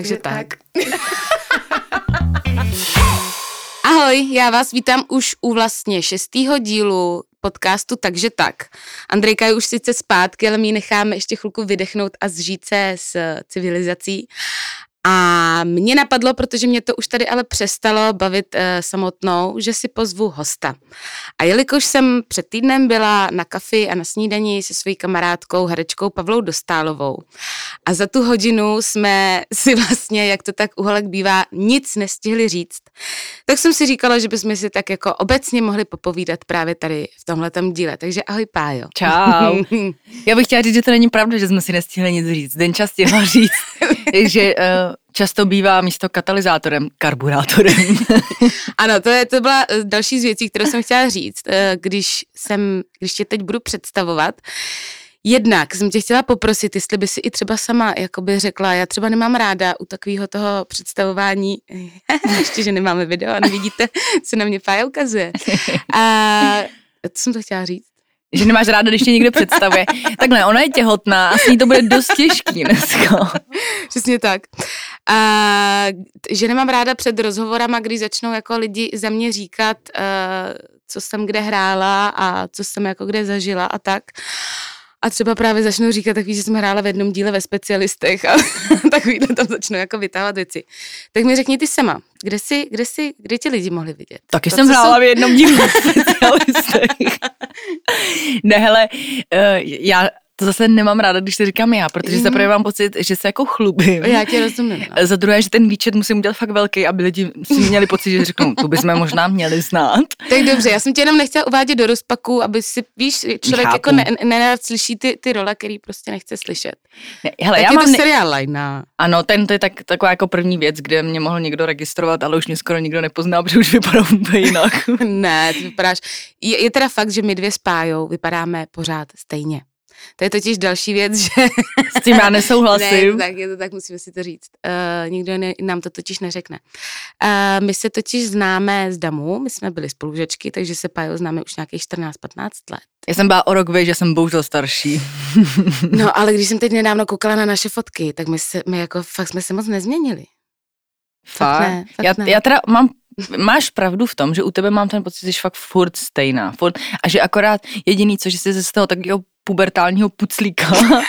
Takže tak. Ahoj, já vás vítám už u vlastně 6. dílu podcastu Takže tak. Andrejka je už sice zpátky, ale my ji necháme ještě chvilku vydechnout a zžít se s civilizací. A mě napadlo, protože mě to už tady ale přestalo bavit samotnou, že si pozvu hosta. A jelikož jsem před týdnem byla na kafi a na snídani se svojí kamarádkou, herečkou Pavlou Dostálovou a za tu hodinu jsme si vlastně, jak to tak u holek bývá, nic nestihli říct, tak jsem si říkala, že bychom si tak jako obecně mohli popovídat právě tady v tomhletom díle. Takže ahoj, Pájo. Čau. Já bych chtěla říct, že to není pravda, že jsme si nestihli nic říct. Denča stihla říct, že často bývá místo katalyzátorem karburátorem. Ano, to byla další z věcí, kterou jsem chtěla říct, když tě teď budu představovat. Jednak jsem tě chtěla poprosit, jestli by si i třeba sama jakoby řekla, já třeba nemám ráda u takového toho představování, ještě, že nemáme video a nevidíte, co na mě Pája ukazuje. A co jsem to chtěla říct? Že nemáš ráda, když tě někdo představuje. Takhle, ona je těhotná, asi to bude dost těžký dneska. Přesně tak. Že nemám ráda před rozhovorama, když začnou jako lidi za mě říkat, co jsem kde hrála a co jsem jako kde zažila a tak. A třeba právě začnou říkat takový, že jsem hrála v jednom díle ve Specialistech a takovýhle tam začnou jako vytávat věci. Tak mi řekni ty sama, kde ti lidi mohli vidět? Taky jsem hrála v jednom díle ve Specialistech. Ne, hele, já to zase nemám ráda, když to říkám já, protože za prvé mám pocit, že se jako chlubím. Já tě rozumím. Za druhé, že ten výčet musím udělat fakt velký, aby lidi si měli pocit, že řeknou, to bychom možná měli znát. Tak dobře, já jsem tě jenom nechtěla uvádět do rozpaku, aby si, víš, člověk jako slyší ty role, který prostě nechce slyšet. Ne, hele, tak já je mám to seriál Lajna. Ano, to je taková jako první věc, kde mě mohl někdo registrovat, ale už mě skoro nikdo nepozná, protože už vypadám úplně jinak. Ne, ty vypadáš. Je teda fakt, že my dvě s Pájou vypadáme pořád stejně. To je totiž další věc, že... S tím já nesouhlasím. Ne, je to tak, musíme si to říct. Nikdo nám to totiž neřekne. My se totiž známe z DAMu, my jsme byli spolužačky, takže se Pájo známe už nějakých 14-15 let. Já jsem byla o rok že jsem bohužel starší. No, ale když jsem teď nedávno koukala na naše fotky, tak my jako fakt jsme se moc nezměnili. Fakt ne. Já teda máš pravdu v tom, že u tebe mám ten pocit, že jsi fakt furt stejná. A že akorát jediný, co že jsi z toho takového pubertálního puclíka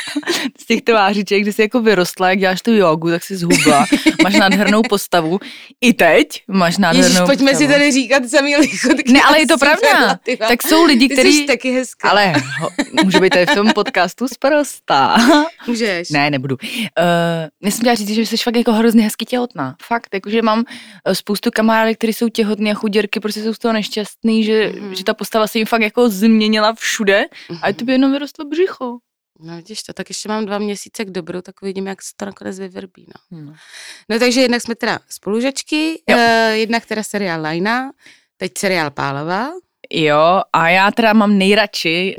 z těch tvářiček, kde jsi jako vyrostla, jak děláš tu jogu, tak jsi zhubla, máš nádhernou postavu. I teď máš nádhernou postavu. Pojďme si tady říkat samý lichotky. Ne, ale je to pravda. Tak jsou lidi, kteří... Ty jsi taky hezká. Ale můžu být tady v tom podcastu sprostá. Můžeš. Ne, nebudu. Myslím chtěla říct, že jsi fakt jako hrozně hezky těhotná. Fakt, jakože mám spoustu kamarádek, kteří jsou těhotný a chuděrky, prostě jsou z toho nešťastný, že ta postava se jim fakt jako změnila všude a to by jenom vyrostlo břicho. No vidíš to, tak ještě mám 2 měsíce k dobru, tak uvidím, jak se to nakonec vyvrbí. No takže jednak jsme teda spolužačky, jednak teda seriál Lajna, teď seriál Pálova. Jo, a já teda mám nejradši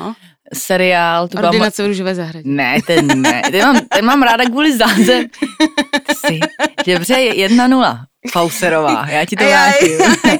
seriál. Ordinace v růžové zahradě. Ne, ten mám ráda kvůli záze. Dobře, 1-0. Fauserová, já ti to vrátím.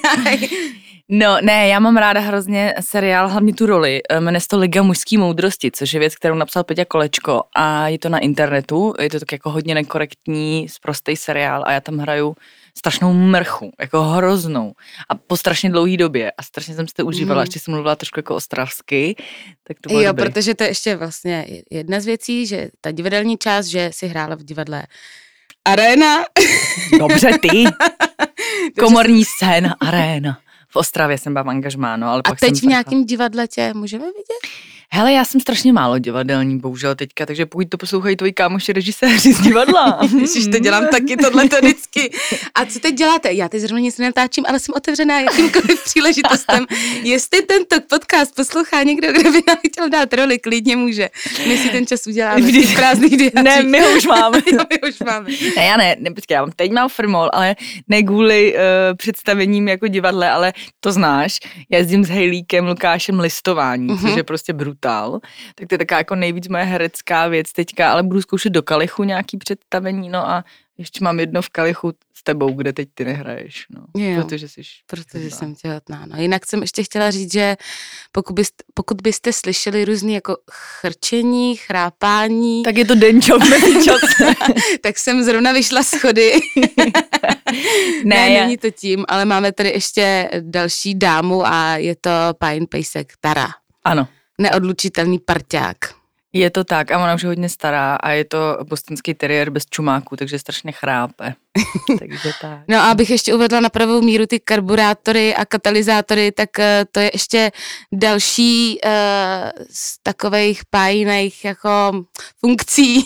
No, ne, já mám ráda hrozně seriál, hlavně tu roli, jmenuje se to Liga mužský moudrosti, což je věc, kterou napsal Peťa Kolečko a je to na internetu, je to tak jako hodně nekorektní, sprostej seriál a já tam hraju strašnou mrchu, jako hroznou a po strašně dlouhý době a strašně jsem si to užívala, ještě jsem mluvila trošku jako ostravsky, tak to bylo dobrý. Protože to je ještě vlastně jedna z věcí, že ta divadelní část, že si hrála v divadle Arena. Dobře, ty. Komorní scéna Arena. V Ostravě jsem byla v angažmáno, ale pak teď v nějakém divadle tě můžeme vidět? Hele, já jsem strašně málo divadelní, bohužel teďka, takže pokud to poslouchají tvoji kámoši režiséři z divadla. Ježiš, to dělám taky tohleto vždycky. A co teď děláte? Já teď zrovna nic nenatáčím, ale jsem otevřená jakýmkoliv příležitostem. Jestli tento podcast poslouchá někdo, kdo by nám chtěl dát roli, klidně může. My si ten čas uděláme v těch prázdných diáčích. Ne, my ho už máme. My už máme. Ne, já ne, počkej, teď mám firmol, ale ne kvůli představením jako divadle, ale to znáš. Já jezdím s Hejlíkem, Lukášem Listování, což je prostě brutál. Tak to je taková jako nejvíc moje herecká věc teďka, ale budu zkoušet do Kalichu nějaký představení, no a ještě mám jedno v kalichu s tebou, kde teď ty nehraješ, no. Protože jsem těhotná, no. Jinak jsem ještě chtěla říct, že pokud byste slyšeli různý jako chrčení, chrápání. Tak je to Denčo v mezičase. Tak jsem zrovna vyšla z schody. Ne, není to tím, ale máme tady ještě další dámu a je to pájin pejsek Tara. Ano. Neodlučitelný parťák. Je to tak a ona už je hodně stará a je to bostonský teriér bez čumáku, takže strašně chrápe. Takže tak. No a abych ještě uvedla na pravou míru ty karburátory a katalyzátory, tak to je ještě další z takových pájiných jako funkcí,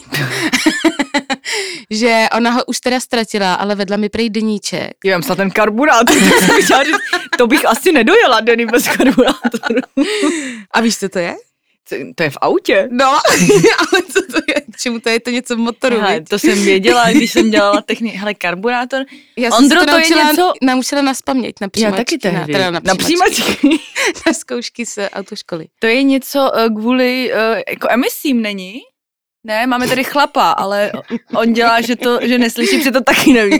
že ona ho už teda ztratila, ale vedla mi prej deníček. Já myslela ten karburátor, to bych asi nedojela denní bez karburátoru. A víš, co to je? To je v autě. No, ale co to je? K čemu to je? To něco v motoru, hele, to jsem věděla, když jsem dělala techniku. Hele, karburátor. Já jsem Ondro, to to je něco... naučila naspaměť na přijímačky. Já taky tehdy. Na přijímačky. Na Na zkoušky z autoškoly. To je něco kvůli jako emisím, není? Ne, máme tady chlapa, ale on dělá, že neslyší, že to taky neví.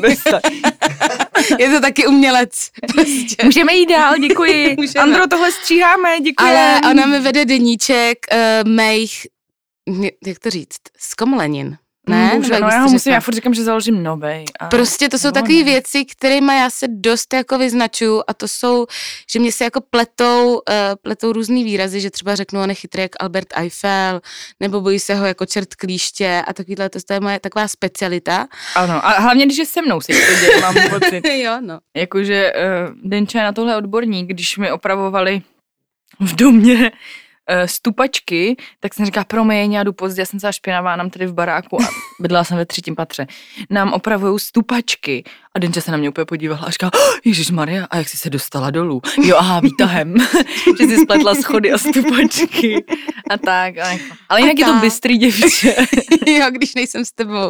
Je to taky umělec. Prostě. Můžeme jít dál, děkuji. Můžeme. Andro, tohle stříháme, děkuji. Ale ona mi vede deníček mých, jak to říct, zkomlenin. Ne? No, já furt říkám, že založím novej. Prostě to jsou takové věci, kterými já se dost jako vyznačuju a to jsou, že mě se jako pletou různý výrazy, že třeba řeknu, on je chytrý jak Albert Eiffel, nebo bojí se ho jako čert klíště a takovýhle, to je moje taková specialita. Ano, a hlavně, když je se mnou si to děje, mám pocit. Jo, no. Jakože Denča je na tohle odborník, když mi opravovali v domě stupačky, tak jsem říkala, promiň, já jdu pozdě, já jsem celá špinavá, nám tady v baráku a bydlela jsem ve 3. patře. Nám opravujou stupačky a Denča se na mě úplně podívala a říkala, Ježišmarja, a jak jsi se dostala dolů? Jo, aha, výtahem, že jsi spletla schody a stupačky a tak. Ale jinak je to bystrý děvče. Jo, když nejsem s tebou.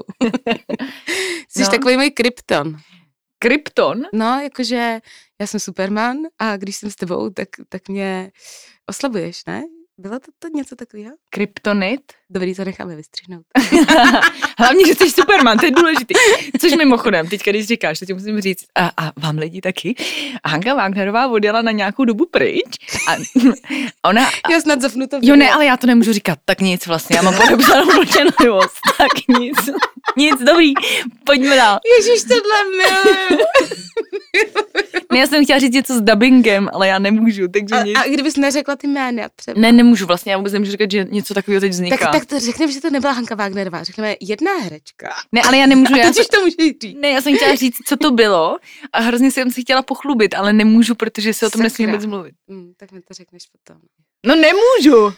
Jsi takový můj krypton. Krypton? No, jakože já jsem Superman a když jsem s tebou, tak mě oslabuješ, ne? Bylo to něco takového? Kryptonit? Dobrý, to necháme vystřihnout. Hlavně, že jsi Superman, to je důležitý. Což mimochodem, teď když říkáš, to ti musím říct, a vám lidi taky, Hanka Wagnerová odjela na nějakou dobu pryč a ona... Já snad zapnu to. Jo, ne, ale já to nemůžu říkat, tak nic vlastně, já mám podepsanou mlčenlivost, tak nic, dobrý, pojďme dál. Ježiš, tohle miluju. Ne, já jsem chtěla říct něco s dubbingem, ale já nemůžu, takže nic. A kdybys neřekla ty jména třeba? Ne, nemůžu vlastně, já vůbec nemůžu říkat, že něco takového teď vzniká. Tak to řekneme, že to nebyla Hanka Wagnerová, řekneme jedna herečka. Ne, ale já nemůžu. To můžeš říct. Ne, já jsem chtěla říct, co to bylo a hrozně jsem si chtěla pochlubit, ale nemůžu, protože se o tom nesmím vůbec mluvit. Tak mi to řekneš potom. No nemůžu.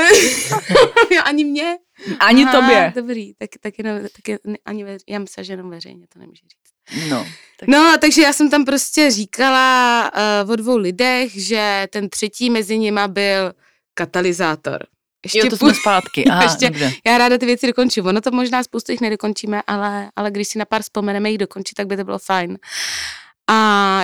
Jo, ani mě. Ani tobě. Dobrý, tak ani já myslím, že jenom veřejně to nemůžu říct. No. No, takže já jsem tam prostě říkala o 2 lidech, že ten třetí mezi nima byl katalyzátor. Jo, to jsme zpátky. Aha, ještě, já ráda ty věci dokončím. Ono to možná spoustu jich nedokončíme, ale když si na pár vzpomeneme jich dokončit, tak by to bylo fajn. A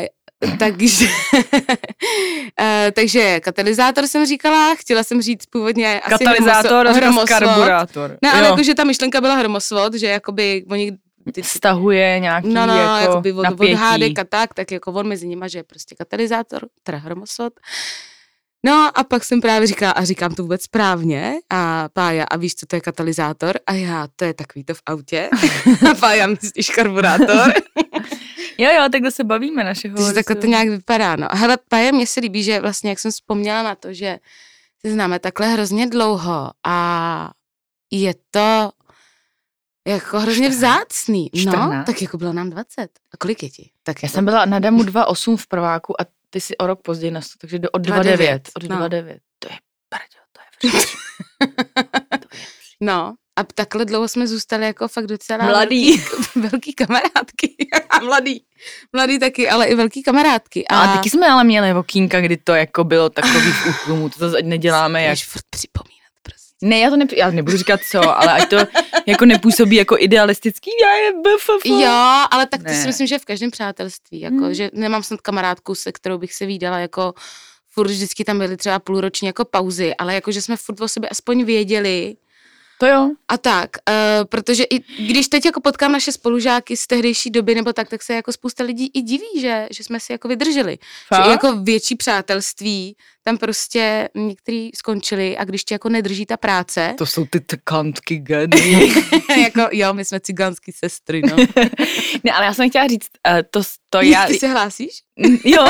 takže katalyzátor jsem říkala, chtěla jsem říct původně asi katalyzátor, karburátor. Ne, ale jakože ta myšlenka byla hromosvod, že jakoby oni stahuje nějaký jako od hádek a tak jako on mezi nima, že je prostě katalyzátor, teda hromosvod. No a pak jsem právě říkala, a říkám to vůbec správně, a Pája, a víš, co to je katalyzátor? A já, to je takový to v autě. A Pája, myslíš karburátor? Jo, takhle se bavíme našeho. Takže takhle to nějak vypadá, no. A hele, Pája, mně se líbí, že vlastně, jak jsem vzpomněla na to, že se známe takhle hrozně dlouho a je to jako hrozně vzácný. 14. No, tak jako bylo nám 20. A kolik je ti? Tak já jsem byla na Damu 2,8 v prváku a ty jsi o rok později na 100, takže od 2,9. Od 2,9. To je prďo, to je vřít. No, a takhle dlouho jsme zůstali jako fakt docela velký kamarádky. A mladý taky, ale i velký kamarádky. A taky jsme ale měli okýnka, kdy to jako bylo takový v útlumu, to zase neděláme jak... furt připomínat, prostě. Ne, já nebudu říkat co, ale ať to jako nepůsobí jako idealistický, já je BFF. Jo, ale tak to si myslím, že v každém přátelství, jako, že nemám snad kamarádku, se kterou bych se vídala jako furt vždycky tam byly třeba půlroční jako pauzy, ale jako, že jsme furt o sobě aspoň věděli To jo. A tak, protože i když teď jako potkám naše spolužáky z tehdejší doby nebo tak se jako spousta lidí i diví, že jsme si jako vydrželi. Že i jako větší přátelství tam prostě některý skončili a když ti jako nedrží ta práce. To jsou ty cikánský geny. Jako jo, my jsme cigánský sestry, no. Ne, ale já jsem chtěla říct, to já... Ty se hlásíš? Jo.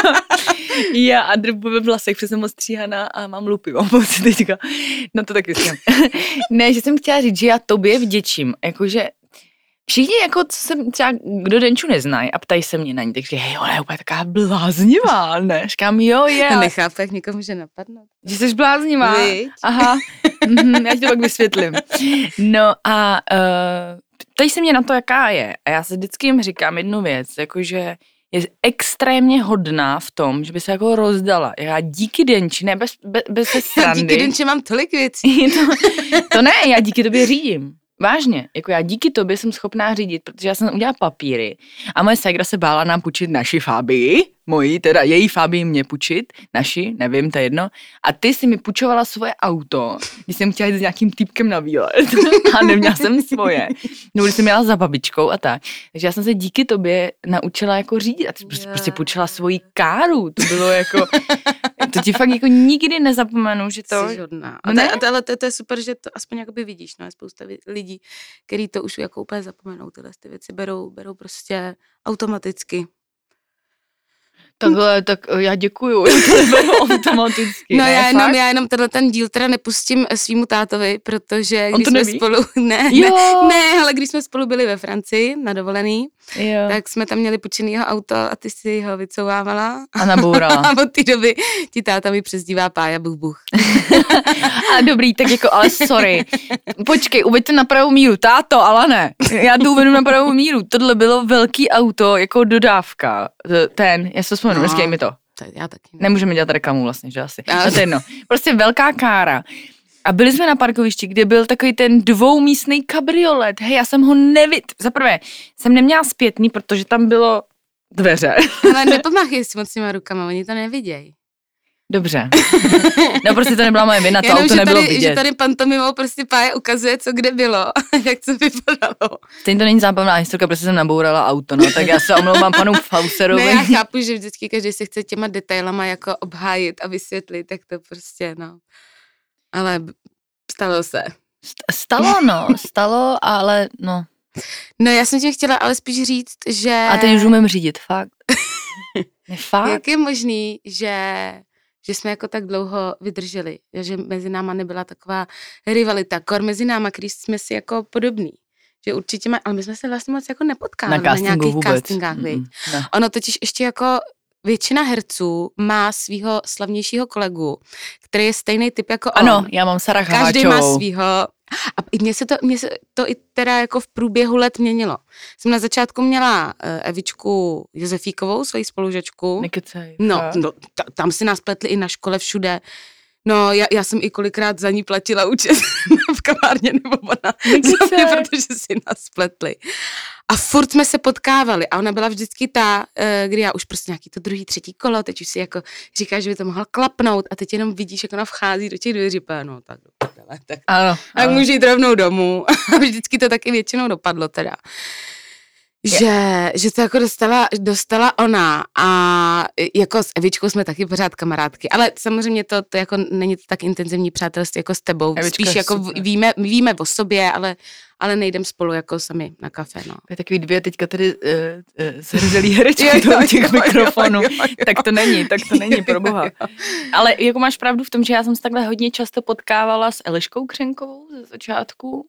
Já a drbu ve vlasech, protože jsem ostříhaná a mám lupy, mám pocit teďka. No to taky říkám. Ne, že jsem chtěla říct, že já tobě vděčím, jakože všichni, jako co jsem třeba, kdo Denču neznají a ptají se mě na ní, takže hej, ona je úplně taková bláznivá, ne? Říkám, jo, je. Já nechápu, jak někomu může napadnout. Že jsi bláznivá? Víč? Aha, já ti to pak vysvětlím. No a ptají se mě na to, jaká je. A já se vždycky jim říkám jednu věc, jakože je extrémně hodná v tom, že by se jako rozdala. Já díky Denči, ne bez srandy. Díky Denči mám tolik věcí. To ne, já díky tobě řídím. Vážně, jako já díky tobě jsem schopná řídit, protože já jsem udělala papíry a moje ségra se bála nám půjčit naši Fabii, její Fabii mě půjčit, naši, nevím, to je jedno, a ty si mi půjčovala svoje auto, když jsem chtěla jít s nějakým týpkem na výlet a neměla jsem svoje, no když jsem měla za babičkou a tak, takže já jsem se díky tobě naučila jako řídit a ty prostě půjčila svoji káru, to bylo jako... To ti fakt jako nikdy nezapomenu, že to... Jsi hodná. Ale to je super, že to aspoň jakoby vidíš, no, je spousta lidí, kteří to už jako úplně zapomenou, tyhle ty věci berou prostě automaticky. Takhle, tak já děkuju, já to neberu automaticky. No já jenom ten díl teda nepustím svýmu tátovi, protože když jsme spolu, ale když jsme spolu byli ve Francii na dovolený, tak jsme tam měli půjčený jeho auto a ty si ho vycouvávala. A nabourala. A od té doby ti táta mi přezdívá Pája buch. A dobrý, tak jako, ale sorry. Počkej, uveď to na pravou míru. Táto, ale ne. Já to uvedu na pravou míru. Tohle bylo velký auto, jako dodávka. Já se vzpomenu, dneska mi to. Já taky. Nemůžeme dělat reklamu vlastně, že asi. No to je jedno. Prostě velká kára. A byli jsme na parkovišti, kde byl takový ten dvoumístný kabriolet. Hej, já jsem ho zaprvé jsem neměla zpětný, protože tam bylo dveře. Ale nepomáchej si moc těma rukama, oni to nevidějí. Dobře. No prostě to nebyla moje vina, to auto nebylo vidět. Že tady pantomimou prostě Pája ukazuje, co kde bylo, jak to vypadalo. Stejně to není zábavná historka, protože jsem nabourala auto, no, tak já se omlouvám panu Fauserovi. Ne, já chápu, že vždycky každý se chce těma detailama jako obhájit a vysvětlit, tak to prostě, no. Ale stalo se. Stalo, ale no. No já jsem tě chtěla ale spíš říct, že... A teď už umím řídit, fakt. Fakt? Jak je možný, že jsme jako tak dlouho vydrželi, že mezi náma nebyla taková rivalita, kor mezi náma, když jsme si jako podobný. Že určitě ale my jsme se vlastně moc jako nepotkali na nějakých castingách. Ono totiž ještě jako většina herců má svýho slavnějšího kolegu, který je stejný typ jako on. Ano, já mám Sarah Haváčovou. Každý má svýho. A mně se to i teda jako v průběhu let měnilo. Jsem na začátku měla Evičku Josefíkovou, svoji spolužačku. Nekecej. No, tam si nás pletli i na škole všude. No, já jsem i kolikrát za ní platila účet v kavárně nebo ona za mě, protože si nás spletli. A furt jsme se potkávali a ona byla vždycky ta, kdy já už prostě nějaký to druhý, třetí kolo, teď už si jako říkáš, že by to mohla klapnout a teď jenom vidíš, jak ona vchází do těch dveří, no tak dopadele, tak můžu jít rovnou domů. A vždycky to taky většinou dopadlo teda. Že to jako dostala ona a jako s Evičkou jsme taky pořád kamarádky, ale samozřejmě to jako není to tak intenzivní přátelství jako s tebou. Evička spíš jako víme o sobě, ale nejdem spolu jako sami na kafe, no. Je takový dvě teďka tady zhrzelý herečky do těch mikrofonů. Tak to není, pro boha. Ale jako máš pravdu v tom, že já jsem se takhle hodně často potkávala s Eliškou Křenkovou ze začátku.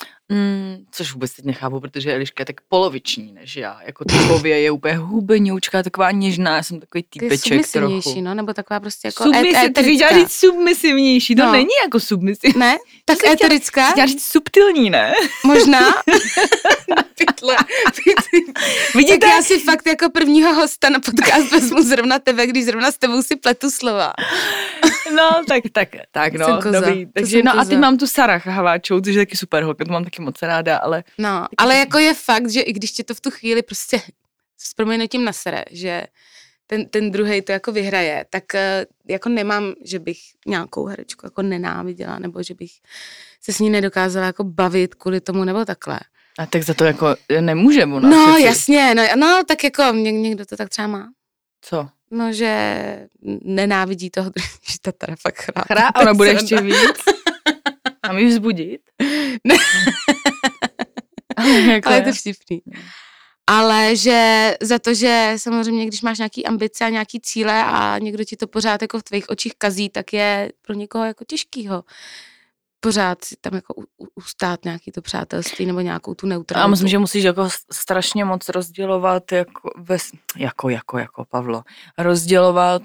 Což vůbec teď nechápu, protože Eliška je tak poloviční než já. Jako typově je úplně hubeňoučka, taková něžná, já jsem takový týpeček trochu. No, nebo taková prostě jako eterická. Ty říct submisivnější, to není jako submisivní. Ne? Tak eterická? Chtěla říct subtilní, ne? Možná. Vidíte? Tak já si fakt jako prvního hosta na podcast vezmu zrovna tebe, když zrovna s tebou si pletu slova. No, tak no, dobrý. Takže no a ty mám tu Sarah Haváčovou, což je taky super holka, to mám taky moc ráda, ale... No, ale jako je fakt, že i když tě to v tu chvíli prostě s proměnutím nasere, že ten druhej to jako vyhraje, tak jako nemám, že bych nějakou herečku jako nenáviděla, nebo že bych se s ní nedokázala jako bavit kvůli tomu, nebo takhle. A tak za to jako nemůže ona. No přeci. jasně, no tak jako někdo to tak třeba má. Co? No, že nenávidí toho, že ta teda fakt Chrá, ona bude ještě víc. A mi vzbudit? Ne. Jako Ale je to vtipný. Ale že za to, že samozřejmě, když máš nějaký ambice a nějaký cíle a někdo ti to pořád jako v tvých očích kazí, tak je pro někoho jako těžkýho pořád si tam jako ustát nějaký to přátelství nebo nějakou tu neutralitu. A myslím, že musíš jako strašně moc rozdělovat jako Pavlo, rozdělovat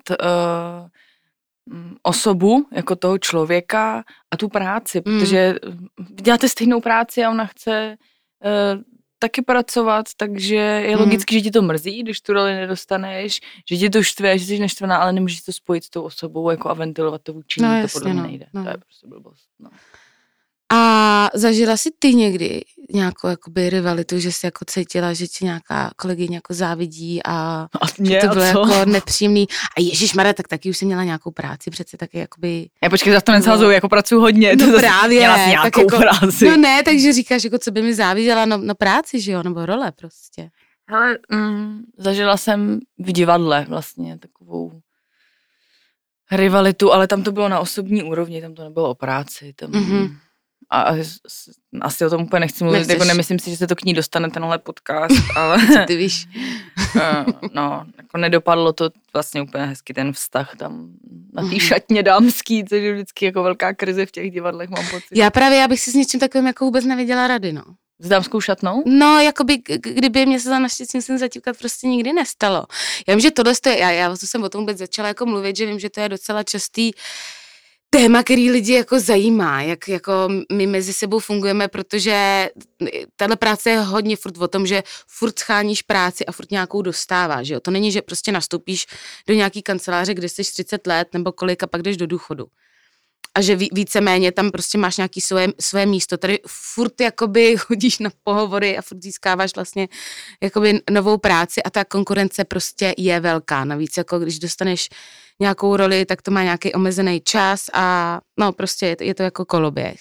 osobu jako toho člověka a tu práci, protože děláte stejnou práci a ona chce taky pracovat, takže je logicky, že ti to mrzí, když tu roli nedostaneš, že ti to štve, že jsi naštvaná, ale nemůžeš to spojit s tou osobou jako a ventilovat to vůči ní, to podle mě nejde. No. To je prostě blbost. No. A zažila jsi ty někdy nějakou jakoby rivalitu, že jsi jako cítila, že ti nějaká kolegyně jako závidí a že to bylo jako nepříjemný. A ježišmarja, tak taky už jsi měla nějakou práci, přece taky jakoby... Počkej, za to nezahazuju, jako pracuji hodně. No to právě. Měla jsi nějakou jako, práci. No ne, takže říkáš, jako co by mi záviděla, no práci, že jo, nebo role prostě. Hele, zažila jsem v divadle vlastně takovou rivalitu, ale tam to bylo na osobní úrovni, tam to nebylo o práci, tam... A asi o tom úplně nechci mluvit, jako nemyslím si, že se to k ní dostane tenhle podcast, ale... Co ty víš? No, jako nedopadlo to vlastně úplně hezky, ten vztah tam na té šatně dámský, což je vždycky jako velká krize v těch divadlech, mám pocit. Já bych si s něčím takovým jako vůbec nevěděla rady, no. S dámskou šatnou? No, jakoby, kdyby mě se za naštěstí musím zatíkat, prostě nikdy nestalo. Já vím, že tohle je, já jsem o tom vůbec začala jako mluvit, že vím, že to je docela častý téma, který lidi jako zajímá, jak jako my mezi sebou fungujeme, protože tahle práce je hodně furt o tom, že furt scháníš práci a furt nějakou dostáváš, že jo. To není, že prostě nastoupíš do nějaký kanceláře, kde jsi 30 let nebo kolik a pak jdeš do důchodu. A že víceméně tam prostě máš nějaký své místo. Tady furt jakoby chodíš na pohovory a furt získáváš vlastně jakoby novou práci a ta konkurence prostě je velká. Navíc jako když dostaneš nějakou roli, tak to má nějaký omezený čas a no prostě je to jako koloběh.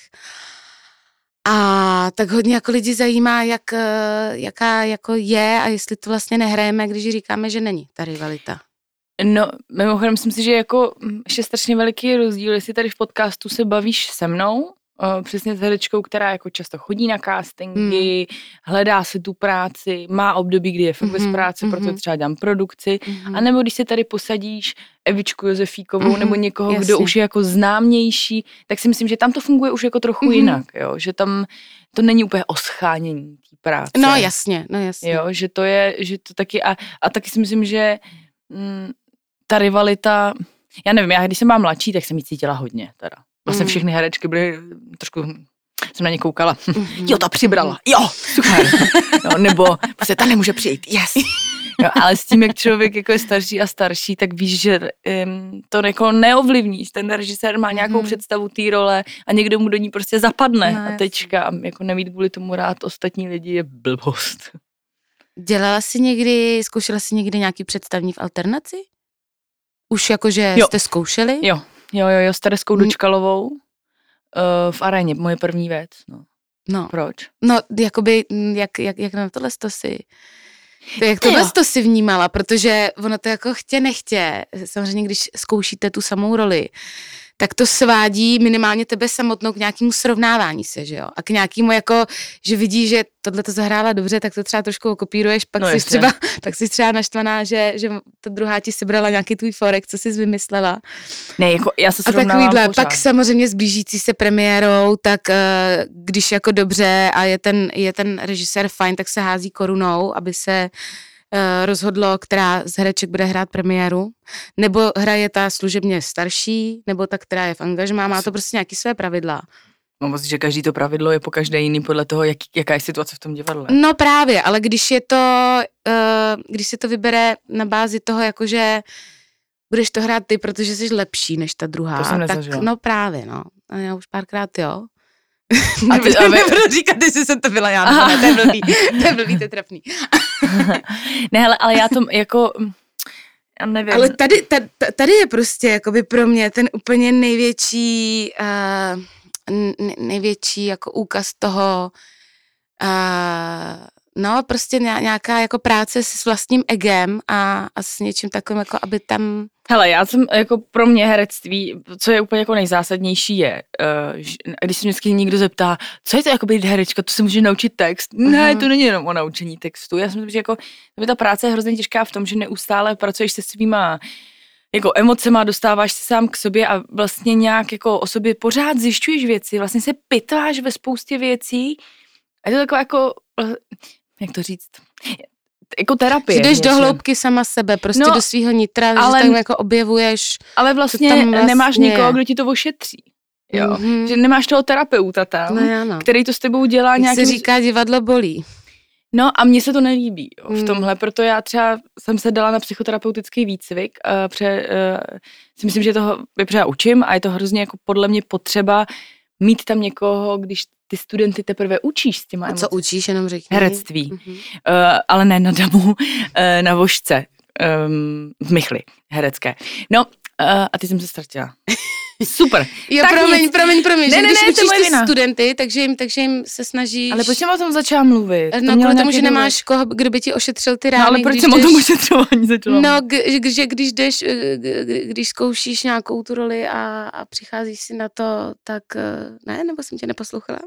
A tak hodně jako lidi zajímá, jaká jako je a jestli to vlastně nehrajeme, když říkáme, že není ta rivalita. No, mimochodem myslím si, že jako ještě strašně veliký rozdíl, jestli tady v podcastu se bavíš se mnou, přesně s herečkou, která jako často chodí na castingy, hledá si tu práci, má období, kdy je fakt bez práce, proto třeba dělám produkci, anebo když se tady posadíš Evičku Josefíkovou nebo někoho, jasně. Kdo už je jako známější, tak si myslím, že tam to funguje už jako trochu jinak, jo? Že tam to není úplně o schánění té práce. No jasně. Jo, že to je, že to taky a taky si myslím, že ta rivalita, já nevím, já když jsem byla mladší, tak jsem ji cítila hodně teda. Vlastně všechny herečky byly trošku, jsem na ně koukala, jo, ta přibrala, jo, super, no, nebo prostě ta nemůže přijít, yes. Jo, ale s tím, jak člověk jako je starší a starší, tak víš, že to jako neovlivníš. Ten režisér má nějakou představu té role a někdo mu do ní prostě zapadne no, a tečka. A jako nemít kvůli tomu rád ostatní lidi je blbost. Zkoušela jsi někdy nějaký představní v alternaci? Už jakože jste zkoušeli? Jo, s Tereskou Dočkalovou v Aréně, moje první věc. No. Proč? No, jakoby, jak na tohle si... Jak tohle to si vnímala, protože ono to jako nechtě, samozřejmě když zkoušíte tu samou roli, tak to svádí minimálně tebe samotnou k nějakému srovnávání se, že jo? A k nějakému jako, že vidíš, že tohle to zahrála dobře, tak to třeba trošku okopíruješ, pak jsi třeba naštvaná, že ta druhá ti sebrala nějaký tvůj forek, co jsi vymyslela. Ne, jako já se srovnávám pořád. Pak samozřejmě s blížící se premiérou, tak když jako dobře a je ten režisér fajn, tak se hází korunou, aby se rozhodlo, která z hereček bude hrát premiéru, nebo hraje ta služebně starší, nebo ta, která je v angažmá, má to prostě nějaké své pravidla. Mám pocit, že každý to pravidlo je po každé jiný podle toho, jaká je situace v tom divadle. No právě, ale když se to vybere na bázi toho, jakože budeš to hrát ty, protože jsi lepší než ta druhá, to jsem tak nezažila. no právě, no. A já už párkrát, jo. Nebudu říkat, jestli jsem to byla já, ne, to je blbý, to je trapný. Ne, ale já to jako, Já nevím. Ale tady je prostě jakoby pro mě ten úplně největší jako úkaz toho, no prostě nějaká jako práce s vlastním egem a s něčím takovým, jako aby tam... Hele, já jsem jako pro mě herectví, co je úplně jako nejzásadnější je, když se vždycky někdo zeptá, co je to jako být herečka, to se může naučit text. Ne, to není jenom o naučení textu. Já si myslím, že jako ta práce je hrozně těžká v tom, že neustále pracuješ se svýma jako emocema, dostáváš se sám k sobě a vlastně nějak jako o sobě pořád zjišťuješ věci, vlastně se pitváš ve spoustě věcí a je to takové jako, jak to říct, jako terapie. Jdeš do hloubky sama sebe, prostě do svýho nitra, ale, že tam jako objevuješ. Ale vlastně nemáš nikoho, kdo ti to ošetří. Jo? Mm-hmm. Že nemáš toho terapeuta tam, který to s tebou dělá nějakým... Jak se říká, divadlo bolí. No a mně se to nelíbí v tomhle, proto já třeba jsem se dala na psychoterapeutický výcvik, si myslím, že toho já učím a je to hrozně jako podle mě potřeba mít tam někoho, když ty studenty teprve učíš s těma emocemi. A co učíš, jenom řekni? Herectví, ale ne na damu, na vožce, v Michli, herecké. No a ty jsem se ztratila. Super. Jo, tak promiň. Ne, když učíš ty studenty, takže jim se snažíš... Ale proč jsem o tom začala mluvit? No, kvůli tomu, že nemáš koho, kdo by ti ošetřil ty rány. No, ale proč jsem o tom ošetřování začala? No, když zkoušíš nějakou tu roli a přicházíš si na to, tak ne, nebo jsem tě neposlouchala?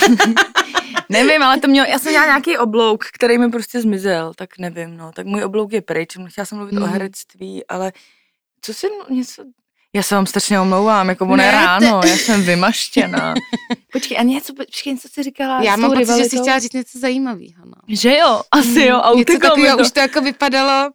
Nevím, ale já jsem měla nějaký oblouk, který mi prostě zmizel, tak nevím, no. Tak můj oblouk je pryč, chtěla jsem mluvit o herectví, ale já se vám strašně omlouvám, jako ono je ráno, já jsem vymaštěná. Počkej, a něco si říkala? Já mám pocit, že jsi chtěla říct něco zajímavého. No. Že jo? Asi jo, a uteklo mi to. Už to jako vypadalo.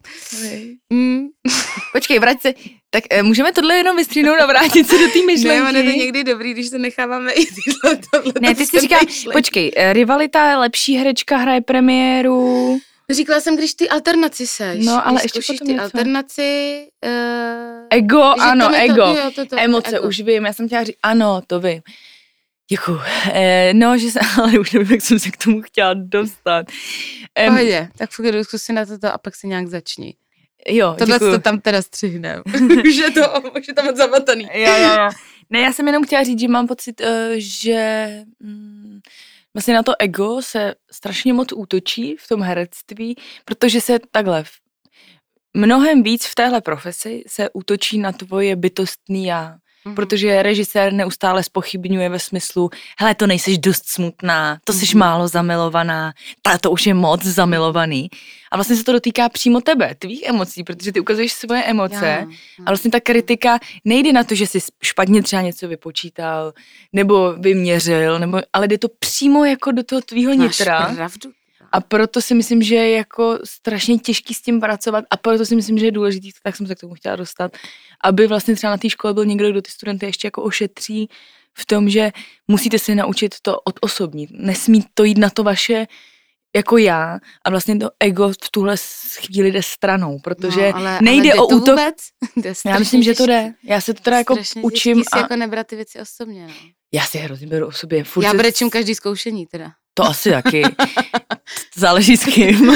Počkej, vrať se. Tak můžeme tohle jenom vystříhnout a vrátit se do té myšlenky. Ne, je to někdy dobrý, když se necháváme i tohle. Ne, ty jsi říkala, počkej, rivalita je lepší herečka, hraje premiéru. Říkala jsem, když ty alternaci seš. No, ale ještě potom ty alternaci... ego, ano, ego. Emoce, ego. Už vím, já jsem chtěla říct, ano, to vím. Děkuju. No, ale už nevím, jak jsem se k tomu chtěla dostat. Pohodě, tak fokusuj si na toto a pak si nějak začni. Jo, tohle to tam teda střihnem. Už je to moc zamataný. Jo. Ne, já jsem jenom chtěla říct, že mám pocit, že... Vlastně na to ego se strašně moc útočí v tom herectví, protože se takhle mnohem víc v téhle profesi se útočí na tvoje bytostný já. Protože režisér neustále zpochybňuje ve smyslu, hele, to nejseš dost smutná, to jsi málo zamilovaná, to už je moc zamilovaný. A vlastně se to dotýká přímo tebe, tvých emocí, protože ty ukazuješ svoje emoce a vlastně ta kritika nejde na to, že jsi špatně třeba něco vypočítal nebo vyměřil, ale jde to přímo jako do toho tvýho nitra. Máš pravdu. A proto si myslím, že je jako strašně těžký s tím pracovat a proto si myslím, že je důležitý, tak jsem se k tomu chtěla dostat, aby vlastně třeba na té škole byl někdo, kdo ty studenty ještě jako ošetří v tom, že musíte se naučit to odosobnit. Nesmí to jít na to vaše jako já a vlastně to ego v tuhle chvíli jde stranou, protože nejde o útok. Já myslím, že to jde. Já se to teda jako učím. A jako nebrat ty věci osobně. No. Já si hrozně beru o sobě. Já brečím každý zkoušení teda. To asi taky. Záleží s kým.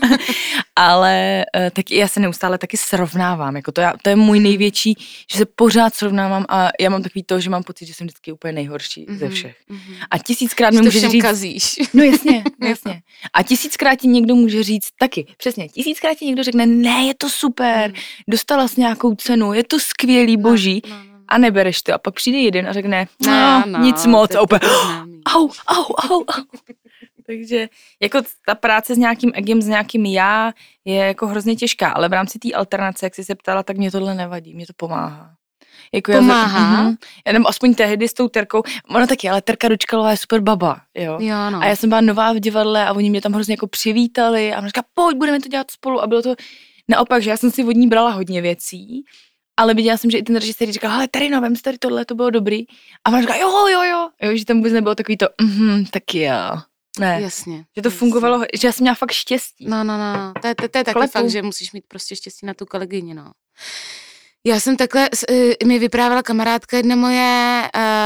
Ale taky já se neustále taky srovnávám. Jako to je můj největší, že se pořád srovnávám a já mám takový to, že mám pocit, že jsem vždycky úplně nejhorší ze všech. A 1000krát mi může říct... kazíš. No jasně. A 1000krát ti někdo může říct taky. Přesně. 1000krát ti někdo řekne, ne, je to super, dostala jsi nějakou cenu, je to skvělý, boží. A nebereš to. A pak přijde jeden a řekne, nic moc. A úplně, au. Takže jako ta práce s nějakým egem, s nějakým já je jako hrozně těžká, ale v rámci té alternace, jak jsi se ptala, tak mě tohle nevadí, mě to pomáhá. Jako pomáhá? Já nebo aspoň tehdy s tou Terkou, ona taky, ale Terka Dočkalová je super baba, jo. No. A já jsem byla nová v divadle a oni mě tam hrozně jako přivítali a ona říká, pojď, budeme to dělat spolu a bylo to naopak, že já jsem si od ní brala hodně věcí, ale viděla jsem, že i ten režisér říkal, hele, Terino, vem si tady tohle, to bylo dobrý. A ona říká, jo, že tam vůbec nebylo takový to, tak jo. Ne, jasně. Že to fungovalo, že já jsem měla fakt štěstí. No. To je taky fakt, že musíš mít prostě štěstí na tu kolegyni, no. Já jsem takhle, mi vyprávěla kamarádka jedna moje,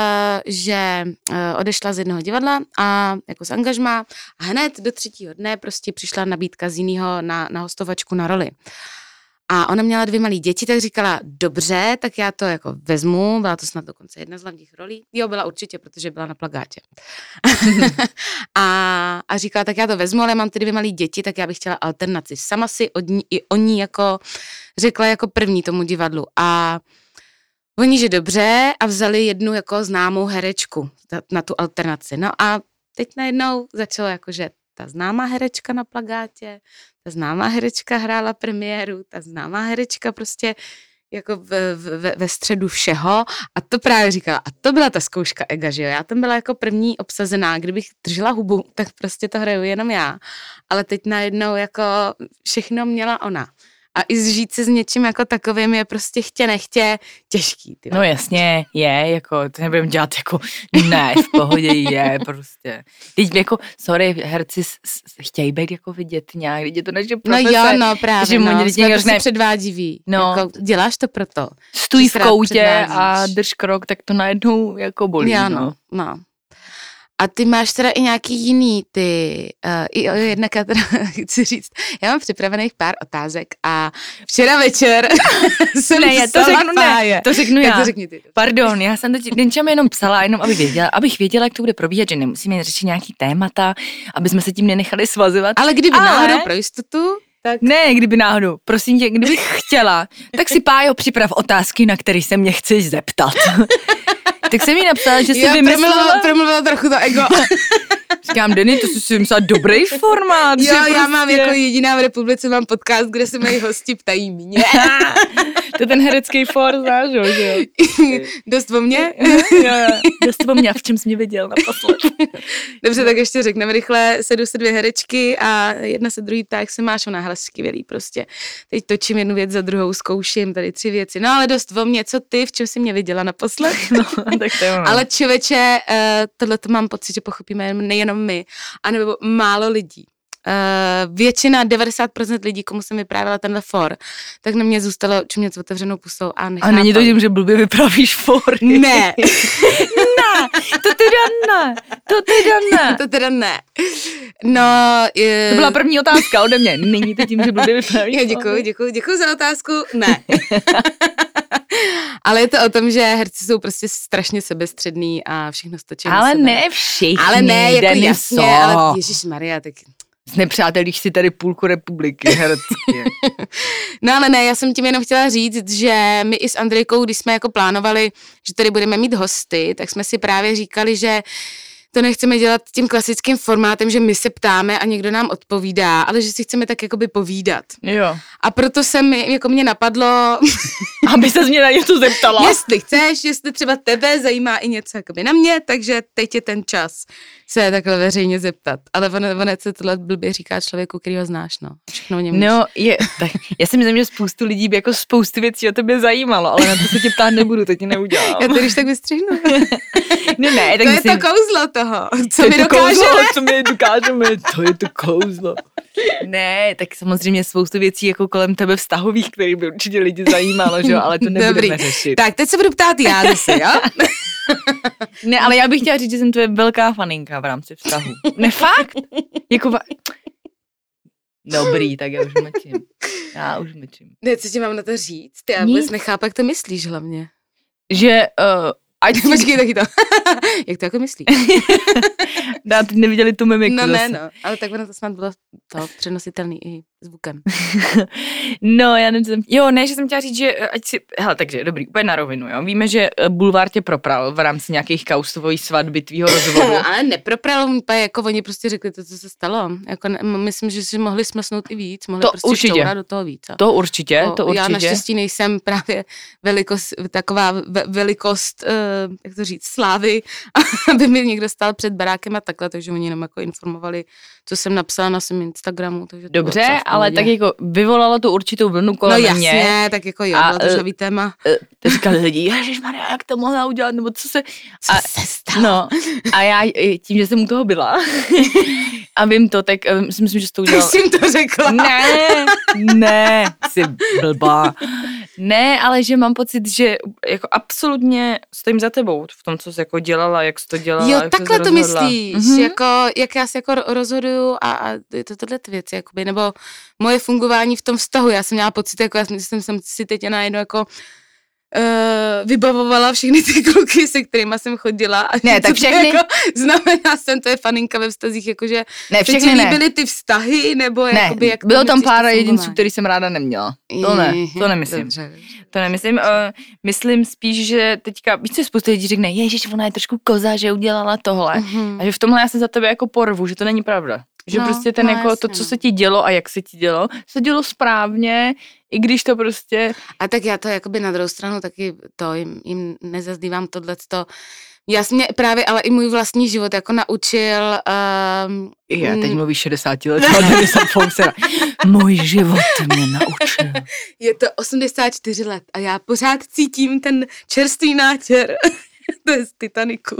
že odešla z jednoho divadla a jako z angažmá a hned do 3. dne prostě přišla nabídka z jiného na hostovačku na roli. A ona měla 2 malé děti, tak říkala, dobře, tak já to jako vezmu, byla to snad dokonce jedna z hlavních rolí. Jo, byla určitě, protože byla na plakátě. a říkala, tak já to vezmu, ale mám ty 2 malé děti, tak já bych chtěla alternaci. Sama si o ní jako řekla jako první tomu divadlu. A oni, že dobře, a vzali jednu jako známou herečku na tu alternaci. No a teď najednou začalo jako, že ta známá herečka na plakátě, ta známá herečka hrála premiéru, ta známá herečka prostě jako ve středu všeho a to právě říkala. A to byla ta zkouška ega, že jo? Já tam byla jako první obsazená, kdybych držela hubu, tak prostě to hraju jenom já. Ale teď najednou jako všechno měla ona. A i zžít se s něčím jako takovým je prostě chtě nechtě těžký. Ty. No jasně, je, jako, to nebudem dělat jako, ne, v pohodě je prostě. Teď jako, sorry, herci chtějí být jako vidět nějak, teď je to naše profese. No jo, no právě, že jsme prostě předvádiví. No. Jako, děláš to proto. Stůj v koutě a drž krok, tak to najednou jako bolí. Já no. A ty máš teda i nějaký jiný jednak já teda chci říct, já mám připravených pár otázek a včera večer jsem to řeknu já. To řekni ty. Pardon, já jsem teď Denča mi jenom psala, jenom abych věděla, jak to bude probíhat, že nemusíme řešit nějaký témata, aby jsme se tím nenechali svazovat. Ale kdyby náhodou pro jistotu, tak... Ne, kdyby náhodou, prosím tě, kdybych chtěla, tak si Pájo připrav otázky, na které se mě chceš zeptat. Tak jsem jí napsala, že si vymyslela... Promluvila trochu to ego. Říkám, Denny, to si myslela dobrý formát. Jo, já prostě... mám jako jediná v republice, mám podcast, kde se moji hosti ptají mě. To je ten herecký for, znáš, že jo? Dost o mě? Jo, dost o mě, v čem jsi mě viděl naposled. Dobře, tak ještě řekneme rychle, sedu se 2 herečky a jedna se druhý ptá, jak se máš, ona hlas skvělý prostě. Teď točím jednu věc za druhou, zkouším tady 3 věci. No ale dost o mě, co ty, v čem jsi mě viděla naposled? No, tak to je ono. Ale člověče, tohleto mám pocit, že pochopíme nejenom my, anebo málo lidí. Většina, 90% lidí, komu jsem vyprávěla tenhle for, tak na mě zůstalo čumět s otevřenou pusou a nechápal. A není to tím, že blbě vyprávíš for. Ne. To teda ne. No, to byla první otázka ode mě. Není to tím, že blbě vyprávíš for. Děkuji za otázku. Ne. Ale je to o tom, že herci jsou prostě strašně sebestředný a všechno stočí na ale sebe. Ne všichni. Ale ne, jako jasně, ale ježišmarja, tak... Znepřátelíš si tady půlku republiky herecky. No ale ne, já jsem tím jenom chtěla říct, že my i s Andrejkou, když jsme jako plánovali, že tady budeme mít hosty, tak jsme si právě říkali, že to nechceme dělat tím klasickým formátem, že my se ptáme a někdo nám odpovídá, ale že si chceme tak jakoby povídat. Jo. A proto jako mě napadlo... Aby se mě na něco zeptala. Jestli chceš, jestli třeba tebe zajímá i něco jakoby na mě, takže teď je ten čas se takhle veřejně zeptat. Ale ono se tohle blbě říká člověku, který ho znáš, no. Všechno o něm no, tak já si myslím, že spoustu lidí by jako spoustu věcí o tebe zajímalo, ale na to se tě ptát nebudu, to ti neudělám. Já to když tak vystřihnu. Ne, tak to myslím, je to kouzlo toho, co my dokážeme. Co my dokážeme, to je to kouzlo. Ne, tak samozřejmě spoustu věcí jako kolem tebe vztahových, který by určitě lidi zajímalo, že jo, ale to nebudeme řešit. Tak, teď se budu ptát já zase, jo? Ne, ale já bych chtěla říct, že jsem tvoje velká faninka v rámci vztahu. Ne, fakt? Jako Dobrý, tak já už mlčím. Ne, co ti mám na to říct? Já vůbec nechápu, jak to myslíš hlavně. Že... Počkej, taky to. Jak to jako myslíš? Dá, ty neviděli tu mimiku. No ne, no, ale tak ono to snad bylo to přenositelný i zvukem. No, já nevím, že jsem chtěla říct, že hele, takže dobrý, úplně na rovinu, jo. Víme, že bulvár tě propral v rámci nějakých kauz tvojí svatby, tvýho rozvodu. Ale nepropral, jako oni prostě řekli to, co se stalo. Jako myslím, že si mohli smlsnout i víc, mohli to prostě určitě. do toho víc. To určitě. Já naštěstí nejsem právě velikost, jak to říct, slávy, aby mi někdo stál před barákem a takhle, takže oni jenom jako informovali, co jsem napsala na svém Instagramu. Takže dobře, ale tak jako vyvolalo tu určitou vlnu kolem mě. No jasně, tak jako jo, bylo to žavý téma. To říkali lidi, ježišmarja, jak to mohla udělat, nebo co se stalo? No, a já tím, že jsem u toho byla a vím to, tak si myslím, že jsi to udělala. Ty jsi to řekla. Ne, jsi blbá. Ne, ale že mám pocit, že jako absolutně stojím za tebou v tom, co jsi jako dělala, jak jsi to dělala. Jo, jak takhle to myslíš, jako, jak já se jako rozhoduju a je to tohle věci, jakoby, nebo moje fungování v tom vztahu. Já jsem měla pocit, jako já jsem si teď najednou jako vybavovala všechny ty kluky, se kterýma jsem chodila. A ne, tak všechny... Jako, znamená jsem, to je faninka ve vztazích, jakože ne, všechny ne. byly ty vztahy, nebo ne, jakoby, jak bylo tam pár jedinců, který jsem ráda neměla. To ne, to nemyslím. Dobře. To nemyslím, myslím spíš, že teďka, víš co, spousta lidí řekne, ježiš, ona je trošku koza, že udělala tohle. A že v tomhle já se za tebe jako porvu, že to není pravda. Že prostě ten jako jasně, to, co se ti dělo a jak se ti dělo, se dělo správně, i když to prostě... A tak já to jakoby na druhou stranu taky to jim nezazdívám tohleto. Jasně právě, ale i můj vlastní život jako naučil... Já teď mluví 60 let, ale jsem Fousera. Můj život mě naučil. Je to 84 let a já pořád cítím ten čerstvý nátěr. To je z Titaniku.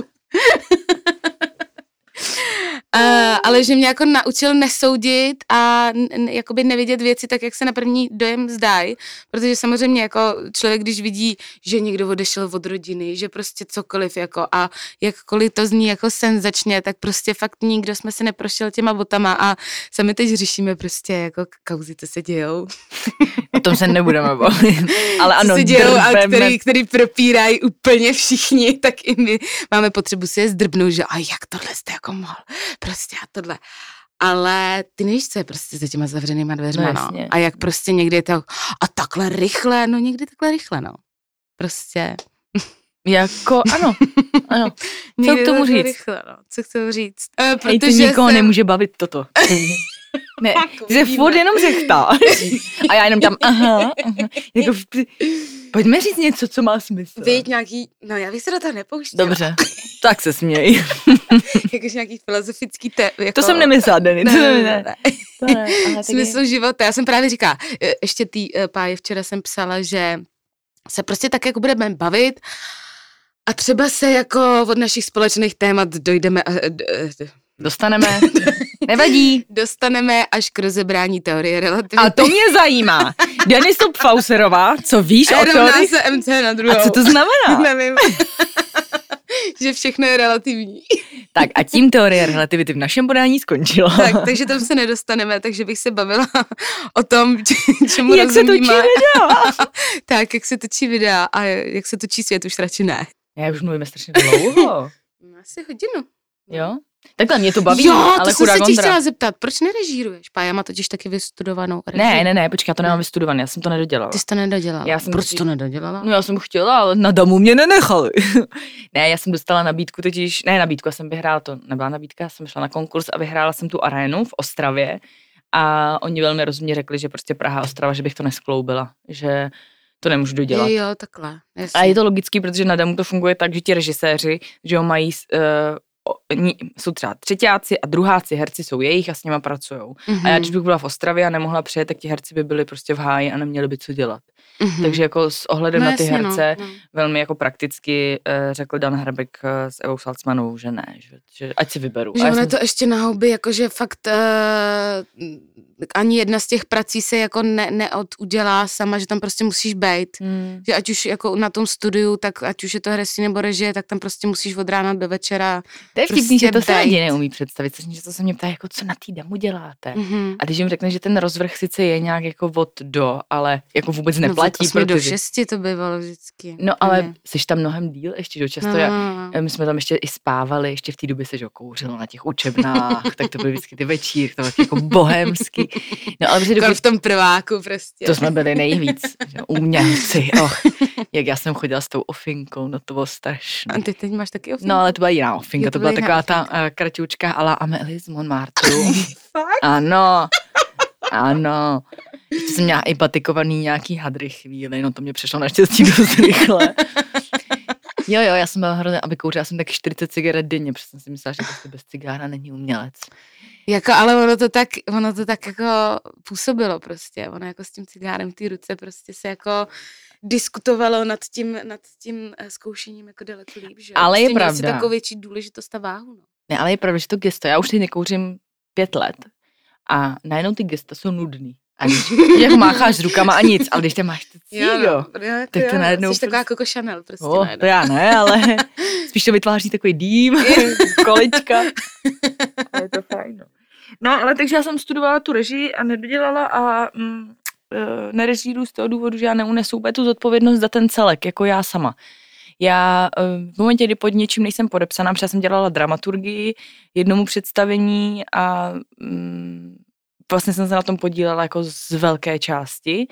Ale že mě jako naučil nesoudit a jakoby nevidět věci tak, jak se na první dojem zdají, protože samozřejmě jako člověk, když vidí, že někdo odešel od rodiny, že prostě cokoliv jako a jakkoliv to zní jako senzačně, tak prostě fakt nikdo jsme se neprošel těma botama a sami teď řešíme prostě jako kauzy, co se dějou. O tom se nebudeme bavit. Ale ano, co se dějou a který propírají úplně všichni, tak i my máme potřebu si je zdrbnout, že a jak tohle jste jako mohl, prostě a tohle. Ale ty nevíš, co je prostě za těma zavřenýma dveřma, no. A jak prostě někdy je to a takhle rychle, no někdy takhle rychle, no. Prostě. Jako, ano. Co k tomu říct? Rychle, no. Co k tomu říct? Protože nikoho nemůže bavit toto. Ne, že furt jenom řechtáš. A já jenom tam, aha. Jako, pojďme říct něco, co má smysl. Víš nějaký, no já bych se do toho nepouštěla. Dobře, tak se směj. Jakož nějaký filozofický jako... To jsem nemyslela, Denny. Ne. Smysl života. Já jsem právě říkala, ještě Páje včera jsem psala, že se prostě tak jako budeme bavit a třeba se jako od našich společných témat dostaneme. Nevadí. Dostaneme až k rozebrání teorie relativity. A to mě zajímá. Denny Fauserová, co víš o teorii? Se MC na druhou. A co to znamená? Nevím. Že všechno je relativní. Tak a tím teorie relativity v našem podání skončila. Takže tam se nedostaneme, takže bych se bavila o tom, čemu jak rozumíme. Jak se točí videa. Tak, jak se točí videa a jak se točí svět, už radši ne. Já už mluvíme strašně dlouho. Asi hodinu. Jo? Takhle mě to baví, jo, ale chudá Gondra. Jo, to jsem se ti chtěla zeptat, proč nerežíruješ? Pája má totiž taky vystudovanou režii. Ne, počkej, já to nemám vystudované, já jsem to nedodělala. Ty jsi to nedodělala? Proč to nedodělala? No já jsem chtěla, ale na domu mě nenechali. Ne, já jsem dostala nabídku totiž, já jsem vyhrála, to nebyla nabídka, já jsem šla na konkurs a vyhrála jsem tu arénu v Ostravě a oni velmi rozumně řekli, že prostě Praha, Ostrava, že bych to neskloubila, že to nemůžu dodělat. Jo, takhle. Jasně. A je to logický, protože na domu to funguje tak, že ti režiséři, že jo, mají jsou třeba třetíáci a druháci, herci jsou jejich a s nima pracujou. A já, když bych byla v Ostravě a nemohla přijet, tak ti herci by byli prostě v háji a neměli by co dělat. Takže jako s ohledem na ty herce velmi jako prakticky řekl Dan Hrbek s Evou Salcmanovou, že ne, že ať si vyberu. Že ono to ještě na houby, jakože fakt ani jedna z těch prací se jako neudělá sama, že tam prostě musíš bejt. Že ať už jako na tom studiu, tak ať už je to herectví nebo režie, tak tam prostě musíš od rána do večera. To je vtipný, že to se lidi neumí představit, že to se mě ptá, jako co na té damu děláte. A když jim řekne, že ten rozvrh sice je nějak jako od do, ale jako vůbec neplatí. Protože... do 6 to bývalo vždycky. No ale jsi tam mnohem díl ještě, že často my jsme tam ještě i spávali, ještě v té době se že kouřilo na těch učebnách, tak to byly vždycky ty večírky, to bylo jako bohemský. No ale v tom prváku prostě. To jsme byli nejvíc, že umělci, jak já jsem chodila s tou ofinkou, no to bylo strašné. A ty teď máš taky ofinku? No ale to byla jiná ofinka, to byla taková ta kratička a la Amélie z Montmartru. Ano. Ještě jsem měla i batikovaný nějaký hadry chvíli, no to mě přešlo naštěstí dost rychle. Jo, já jsem byla hrozně, aby kouřila jsem taky 40 cigaret denně, protože jsem si myslela, že prostě bez cigára není umělec. Jako, ale ono to tak jako působilo prostě, ono jako s tím cigárem v té ruce prostě se jako diskutovalo nad tím zkoušením jako daleko líp, že? Ale prostě je pravda. Měl si takovou větší důležitost a váhu, no. Ne, ale je pravda, že to gesto, já už teď nekouřím 5 let a najednou ty gesta jsou nudný. A když jak mácháš rukama a nic, ale když tam máš to cígo, tak to najednou... Jsi taková Coco Chanel prostě najednou. To já ne, ale spíš to vytváří takový dým, kolečka. A je to fajn. No, ale takže já jsem studovala tu režii a nedodělala a nerežíruju z toho důvodu, že já neunesu úplně tu zodpovědnost za ten celek, jako já sama. Já v momentě, kdy pod něčím nejsem podepsaná, protože jsem dělala dramaturgii jednomu představení a vlastně jsem se na tom podílela jako z velké části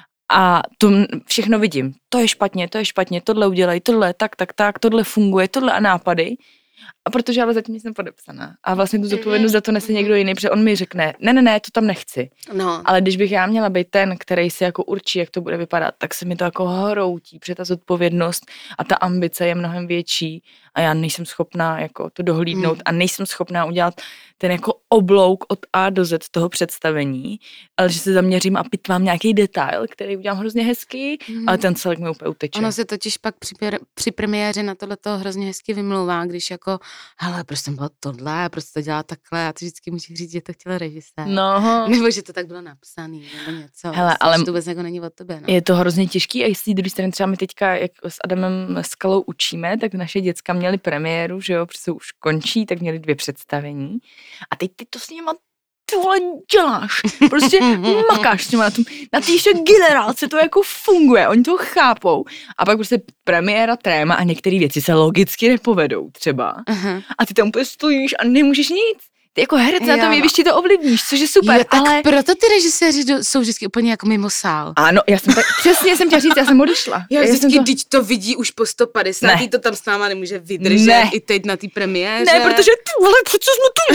a to všechno vidím. To je špatně, tohle udělej, tohle, tak, tohle funguje, tohle a nápady. A protože ale zatím jsem podepsaná. A vlastně tu zodpovědnost za to nese někdo jiný, protože on mi řekne, ne, to tam nechci. No. Ale když bych já měla být ten, který si jako určí, jak to bude vypadat, tak se mi to jako hroutí, protože ta zodpovědnost a ta ambice je mnohem větší a já nejsem schopná jako to dohlídnout a nejsem schopná udělat ten jako oblouk od A do Z toho představení, ale že se zaměřím a pitvám nějaký detail, který udělám hrozně hezký, ale ten celek mi úplně uteče. Ono se totiž pak při premiéře na tohleto hrozně hezky vymlouvá, když jako, hele, proč jsem bylo tohle, proč to dělá takhle, a ty vždycky můžeš říct, že to chtěl režisér. No. Nebo že to tak bylo napsaný, nebo něco. Hele, ale to vůbec jako není od tebe. No. Je to hrozně těžký a jestli druhý strany třeba my teďka, jak s Adamem Skalou učíme, tak naše děcka měly premiéru, že jo, protože už končí, tak měli 2 představení. A teď ty to s nima ty vole děláš. Prostě makáš s nima na té generálce to jako funguje, oni to chápou. A pak prostě premiéra, tréma a některé věci se logicky nepovedou třeba. A ty tam úplně stojíš a nemůžeš nic. Ty jako herec na tom jevišti to ovlivníš, což je super, jo, tak ale... proto ty režiséři jsou vždycky úplně jako mimo sál. Ano, já jsem tak, přesně jsem chtěla říct, já jsem odešla. Já vždycky, když to vidí už po 150, to tam s náma nemůže vydržet i teď na té premiéře. Ne, protože ty vole, co jsme tu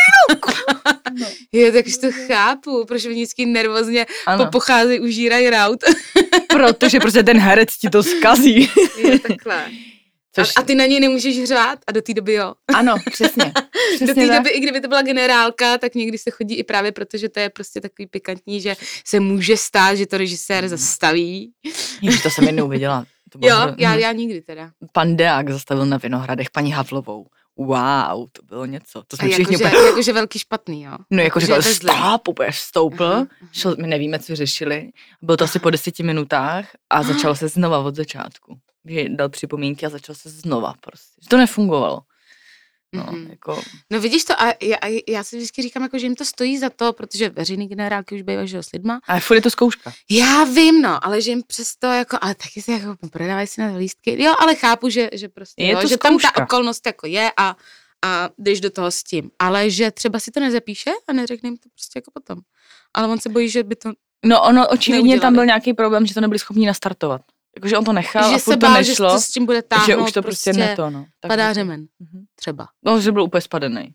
dělali? Jo, takže to chápu, proč vždycky nervózně popocházejí, užírají raut. Protože prostě ten herec ti to zkazí. Je takhle. A ty na něj nemůžeš řvát a do té doby jo. Ano, přesně. Do té doby, i kdyby to byla generálka, tak někdy se chodí i právě proto, že to je prostě takový pikantní, že se může stát, že to režisér zastaví. Ježiš, to jsem jednou viděla. Já nikdy teda. Pan Deák zastavil na Vinohradech paní Havlovou. Wow, to bylo něco. To jsme všichni jakože velký špatný, jo. No jakože stop, úplně vstoupil. My nevíme, co řešili. Bylo to asi po 10 minutách a začalo se znova od začátku. Že dal připomínky a začal se znova prostě. Že to nefungovalo. No, jako... no vidíš to a já si vždycky říkám, jako, že jim to stojí za to, protože veřejný generálky už bývají, že s lidma. Ale furt je to zkouška. Já vím, no, ale že jim přesto jako, ale taky si jako prodávají si na lístky. Jo, ale chápu, že prostě, je jo, že tam ta okolnost jako je a jdeš do toho s tím. Ale že třeba si to nezapíše a neřekne jim to prostě jako potom. Ale on se bojí, že by to no ono očividně tam byl nějaký problém, že to nebyli schopni nastartovat. Jakože on to nechal že a furt to nešlo. Že s tím bude táhnout, že už to prostě neto, no. Padá řemen, třeba. No, že byl úplně spadený.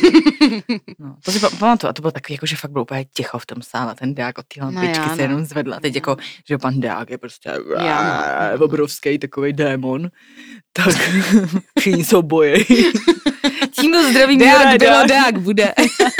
No, to si pamatuju, a to bylo takový, jako, že fakt bylo úplně ticho v tom sále, ten Deák od té lampičky se jenom zvedl. A teď jako, že pan Deák je prostě obrovský takovej démon, tak všichni jsou boji. Tímto zdravím Deák bude.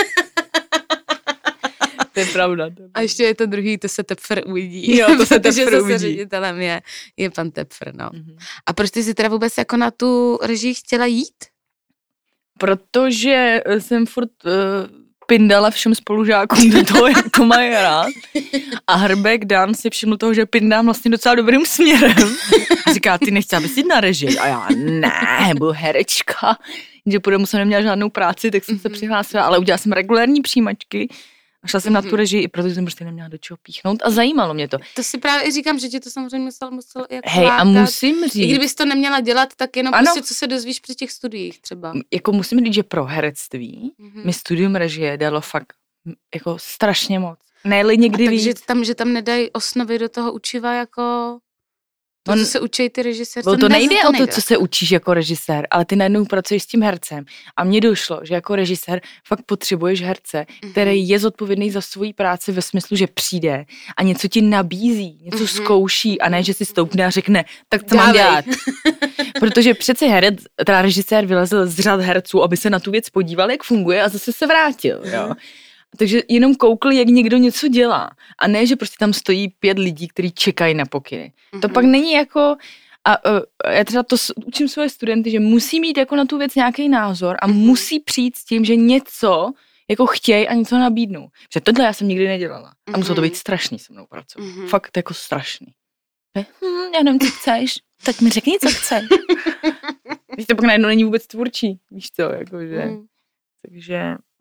To je pravda. A ještě je to druhý, to se Tepfer uvidí. Jo, to se Tepfer uvidí. Ředitelem je pan Tepfer, no. A proč ty jsi teda vůbec jako na tu režii chtěla jít? Protože jsem furt pindala všem spolužákům do toho, jak to mají rád. A Hrbek Dan si všiml toho, že pindám vlastně docela dobrým směrem. A říká, ty nechci jít na režii. A já, ne, budu herečka. Že půjde, jsem neměla žádnou práci, tak jsem se přihlásila, ale udělala jsem regulární přijímačky. A šla jsem na tu režii, i protože jsem prostě neměla do čeho píchnout a zajímalo mě to. To si právě říkám, že ti to samozřejmě muselo jako hej, lákat. A musím říct. I kdybys to neměla dělat, tak jenom prostě, co se dozvíš při těch studiích třeba. Jako musím říct, že pro herectví mi studium režie dalo fakt jako strašně moc. Ne-li někdy víc. Takže že tam nedají osnovy do toho učiva jako... To, co se učí ty režisér. To nejde o to, co se učíš jako režisér, ale ty najednou pracuješ s tím hercem. A mně došlo, že jako režisér fakt potřebuješ herce, který je zodpovědný za svoji práci ve smyslu, že přijde a něco ti nabízí, něco zkouší a ne, že si stoupne a řekne, tak co mám dělat. Protože přece teda režisér vylezl z řad herců, aby se na tu věc podíval, jak funguje a zase se vrátil. Jo. Takže jenom koukli, jak někdo něco dělá. A ne, že prostě tam stojí 5 lidí, kteří čekají na pokyny. To pak není jako... A já třeba to učím svoje studenty, že musí mít jako na tu věc nějaký názor a musí přijít s tím, že něco jako chtějí a něco nabídnou. Protože tohle já jsem nikdy nedělala. A muselo to být strašný se mnou pracovat. Fakt jako strašný. Já nevím, co chceš. Tak mi řekni, co chceš. Víš, to pak najednou není vůbec tvůrčí. Víš co, jakože... Takže...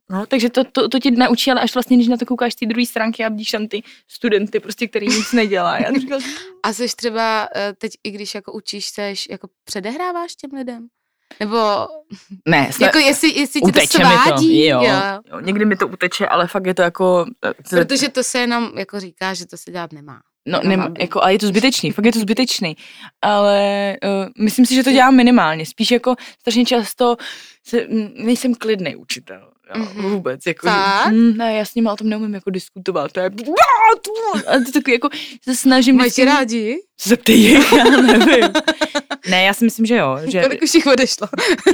No, takže to ti naučí, ale až vlastně, když na to koukáš ty druhé stránky a vidíš tam ty studenty, prostě, který nic nedělá. A jsi třeba teď, i když jako učíš, seš, jako předehráváš těm lidem? Nebo ne, jako jestli ti to svádí? Jo, někdy mi to uteče, ale fakt je to jako... Protože to se jenom jako říká, že to se dělat nemá. No, jako, ale je to zbytečný, fakt je to zbytečný. Ale myslím si, že to dělám minimálně. Spíš jako strašně často nejsem klidný učitel. Jo, vůbec. Jako, ne, já s nima o tom neumím jako diskutovat. To je... A to takový jako se snažím... Mají ti rádi? Zeptej jich, já nevím. Ne, já si myslím, že jo. Že... Kolik už jich odešlo?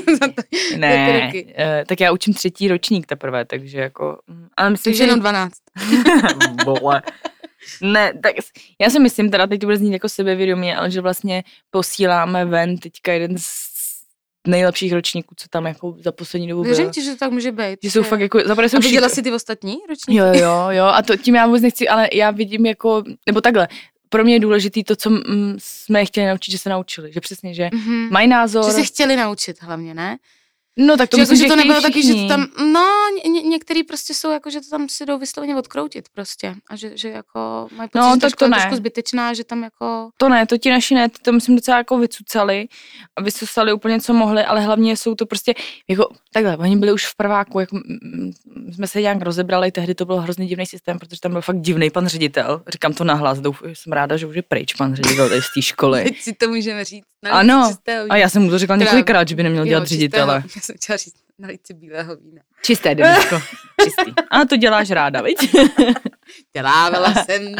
Ne, tak já učím 3. ročník teprve, takže jako... Ale myslím, takže jenom 12. Vole. Ne, tak já si myslím, teda teď to bude znít jako sebevědomě, ale že vlastně posíláme ven teďka jeden z nejlepších ročníků, co tam jako za poslední dobu bylo. Věřím ti, že to tak může být. Že jsou fakt jako... A viděla jsi ty ostatní ročníky? Jo, a to tím já vůbec nechci, ale já vidím jako, nebo takhle, pro mě je důležitý to, co jsme je chtěli naučit, že se naučili, že přesně, že mají názor. Že se chtěli naučit hlavně, ne? No tak to myslím, že to nebylo taky, že to tam, některý prostě jsou jako, že to tam si jdou vysloveně odkroutit prostě a že jako mají pocit, že ta škola je trošku zbytečná, že tam jako... To ne, to ti naši ne, to myslím docela jako vycucali a vysusali úplně, co mohli, ale hlavně jsou to prostě, jako takhle, oni byli už v prváku, jako jsme se nějak rozebrali, tehdy to byl hrozně divný systém, protože tam byl fakt divný pan ředitel, říkám to nahlas, jsem ráda, že už je pryč pan ředitel tady z té školy. Teď si to můžeme říct. Ano, a já jsem mu to řekla několikrát, že by neměl dělat ředitele. Já jsem chtěla říct nalít si bílého vína. Čisté, Denisko. Čistý. A to děláš ráda, viď? Dělávala jsem.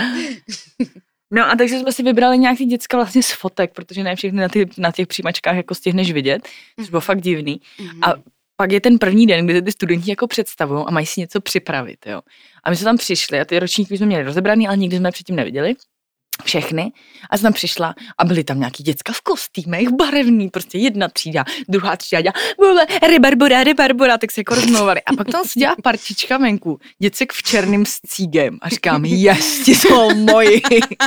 No a takže jsme si vybrali nějaký děcka vlastně z fotek, protože ne všechny na těch přijímačkách jako stihneš vidět, což bylo fakt divný. A pak je ten první den, kdy ty studenti jako představují a mají si něco připravit, jo. A my jsme tam přišli a ty ročníky jsme měli rozebraný, ale nikdy jsme je předtím neviděli. Všechny. A jsem tam přišla a byly tam nějaký děcka v kostýmech, barevný, prostě jedna třída, druhá třída dělá Barbora, tak se jako rozmlouvali. A pak tam seděla partička venku, děcek v černým s cígem a říkám, ti jsou moji.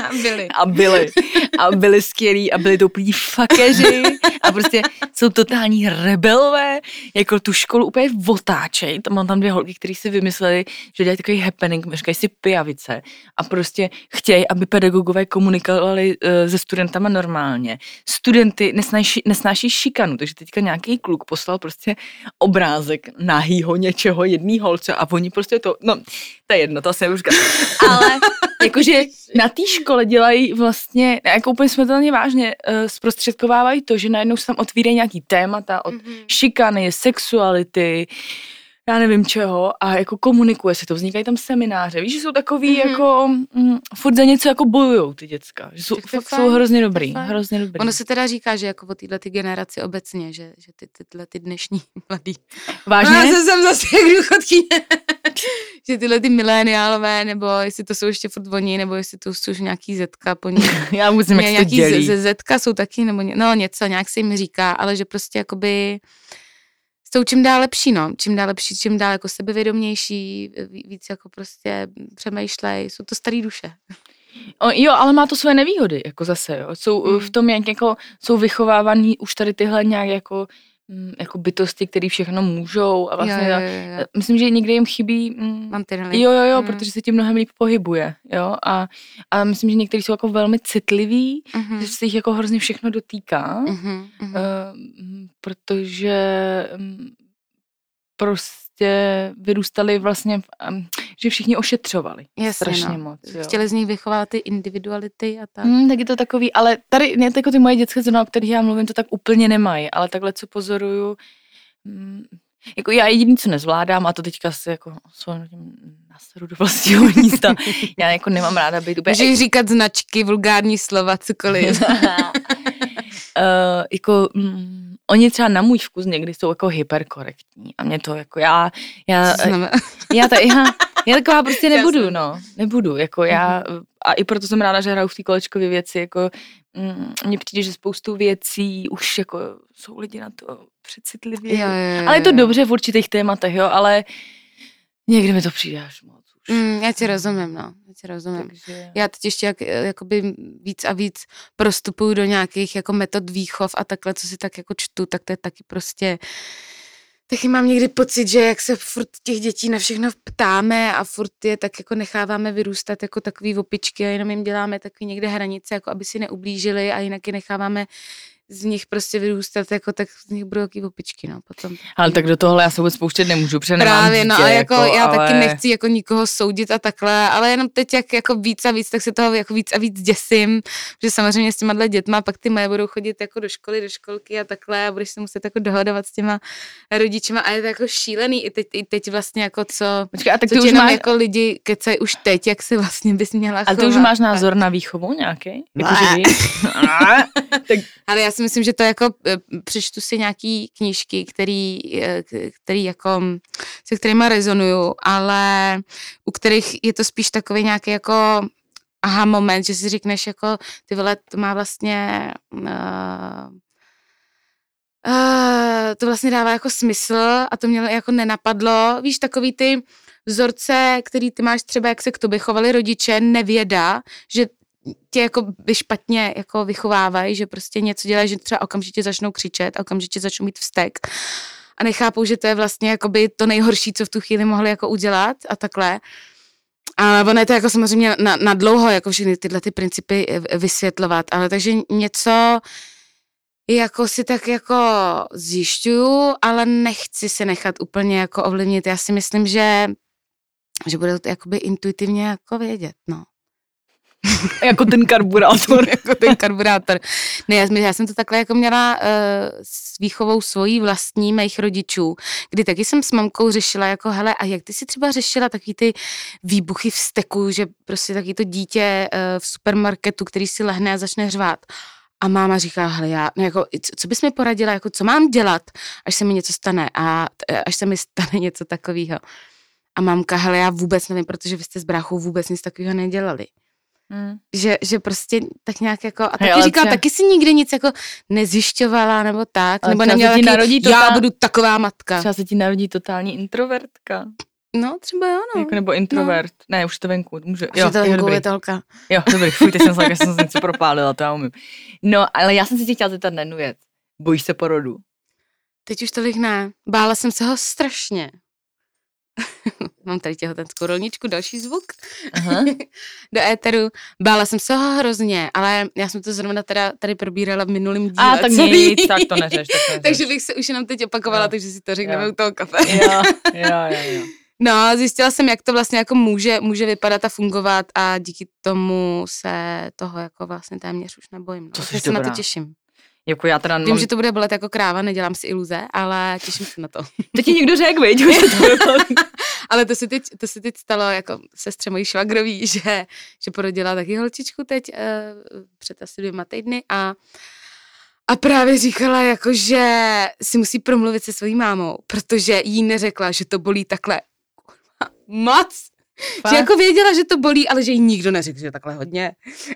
A byli skvělí a byli to úplní fakeři a prostě jsou totální rebelové, jako tu školu úplně otáčej. Tam mám tam 2 holky, které si vymysleli, že dělají takový happening, říkají si pijavice a prostě chtějí, aby pedagogové komunikovali se studentama normálně. Studenty nesnáší šikanu, takže teďka nějaký kluk poslal prostě obrázek nahýho něčeho jedný holce a oni prostě to je jedno, to asi nebudu říkat. Ale jakože na té škole dělají vlastně, jako úplně smrtelně vážně, zprostředkovávají to, že najednou se tam otvírají nějaký témata od šikany, sexuality, já nevím čeho a jako komunikuje se to, vznikají tam semináře, víš, že jsou takový jako furt za něco jako bojujou ty děcka, že jsou hrozně dobrý, hrozně dobrý. Ono se teda říká, že jako o téhle ty generaci obecně, že tyhle ty dnešní mladý. Vážně? Já jsem zase jak důchodkyně. Že tyhle ty mileniálové, nebo jestli to jsou ještě furt oni, nebo jestli to jsou už nějaký zetka po ní. Já musím, jak se to dělí. Ze zetka jsou taky, nebo něco, nějak se jim říká, ale že prostě jakoby jsou čím dál lepší, čím dál jako sebevědomější, víc jako prostě přemýšlej, jsou to starý duše. Jo, ale má to své nevýhody, jako zase, jo. Jsou v tom, jak jako jsou vychovávaný už tady tyhle nějak jako bytosti, které všechno můžou a vlastně jo. Myslím, že někde jim chybí mantinely. Jo, protože se tím mnohem líp pohybuje, jo, a myslím, že někteří jsou jako velmi citliví, že se jich jako hrozně všechno dotýká, protože prostě vyrůstali vlastně, že všichni ošetřovali. Jasně, strašně moc. Jo. Chtěli z nich vychovávat ty individuality a tak. Tak je to takový, ale tady jako ty moje dětské zóny, o kterých já mluvím, to tak úplně nemají, ale takhle, co pozoruju, jako já jediný, co nezvládám, a to teďka se jako naseru do vlastního místa, já jako nemám ráda být úplně... Můžeš říkat značky, vulgární slova, cokoliv. Oni třeba na můj vkus někdy jsou jako hyperkorektní a mě to jako já taková prostě nebudu, jako já, a i proto jsem ráda, že hraju v té kolečkové věci, jako mně přijde, že spoustu věcí už jako jsou lidi na to přecitliví, ale je to dobře v určitých tématech, jo, ale někdy mi to přijde až moc. Já ti rozumím, Takže... Já teď ještě jakoby víc a víc prostupuju do nějakých jako metod výchov a takhle, co si tak jako čtu, tak to je taky prostě Taky mám někdy pocit, že jak se furt těch dětí na všechno ptáme a furt je tak jako necháváme vyrůstat jako takový opičky a jenom jim děláme takový někde hranice, jako aby si neublížili a jinak je necháváme z nich prostě vyrůstat, jako tak z nich budou takový opičky, no, potom. Ale tak do tohle já se vůbec pouštět nemůžu, protože právě, nemám dítě, no, jako já ale... taky nechci jako nikoho soudit a takhle, ale jenom teď jak jako víc a víc, tak se toho jako víc a víc děsím, že samozřejmě s těma dětma pak ty moje budou chodit jako do školy, do školky a takhle a budeš se muset jako dohodovat s těma rodičima a je to jako šílený i teď vlastně jako co, počkej, a tak co ty ti už nám máš... jako lidi kecají už teď, jak se vlastně bys měla chovat. Ale ty už máš názor na výchovu nějaký? Tak... Ale já si myslím, že to jako přečtu si nějaký knížky, který jako, se kterýma rezonuju, ale u kterých je to spíš takový nějaký jako aha moment, že si řekneš jako ty vole, to má vlastně to vlastně dává jako smysl a to mě jako nenapadlo. Víš, takový ty vzorce, který ty máš třeba, jak se k tobě chovali rodiče, nevěda, že tě jako by špatně jako vychovávají, že prostě něco dělají, že třeba okamžitě začnou křičet a okamžitě začnou mít vztek a nechápou, že to je vlastně jakoby to nejhorší, co v tu chvíli mohli jako udělat a takhle. A ono je to jako samozřejmě na dlouho jako všechny tyhle ty principy vysvětlovat, ale takže něco jako si tak jako zjišťuju, ale nechci se nechat úplně jako ovlivnit. Já si myslím, že bude to jakoby intuitivně jako vědět, no. Jako ten karburátor. Jako ten karburátor. Ne, já jsem to takhle jako měla s výchovou svojí vlastní, mých rodičů, kdy taky jsem s mamkou řešila jako hele, a jak ty si třeba řešila taky ty výbuchy vzteku, že prostě taky to dítě v supermarketu, který si lehne a začne řvát. A máma říká, hele, jako, co bys mi poradila, jako, co mám dělat, až se mi něco stane a až se mi stane něco takového. A mámka, hele, já vůbec nevím, protože vy jste s bráchou vůbec nic takového nedělali. Že prostě tak nějak jako, a taky říkala, taky si nikdy nic jako nezjišťovala, nebo tak, ale nebo neměla taky, já budu taková matka. Třeba se ti narodí totální introvertka. No, třeba jo, no. Jako nebo introvert. No. Ne, už to venku. Může. Jo, to venku je to holka. Jo, dobrý, fuj, teď jsem se něco propálila, to já umím. No, ale já jsem si tě chtěla zeptat na jednu věc. Bojíš se porodu? Teď už tolik ne. Bála jsem se ho strašně. Mám tady těhotenskou rolničku, další zvuk. Aha. Do éteru. Bála jsem se ho hrozně, ale já jsem to zrovna tady probírala v minulém díle. A tak nic, tak to neřeš. Takže bych se už jenom teď opakovala, takže si to řekneme u toho kafe. Jo. No, zjistila jsem, jak to vlastně jako může vypadat a fungovat a díky tomu se toho jako vlastně téměř už nebojím. No. Já se na to těším. Jako já teda vím, že to bude bolet jako kráva, nedělám si iluze, ale těším se na to. To ti někdo řekl, viď? Ale to se teď stalo jako sestře mojí švagrový, že porodila taky holčičku teď před asi 2 týdny a právě říkala jako, že si musí promluvit se svojí mámou, protože jí neřekla, že to bolí takhle moc. Fakt? Že jako věděla, že to bolí, ale že jí nikdo neřekl, že takhle hodně.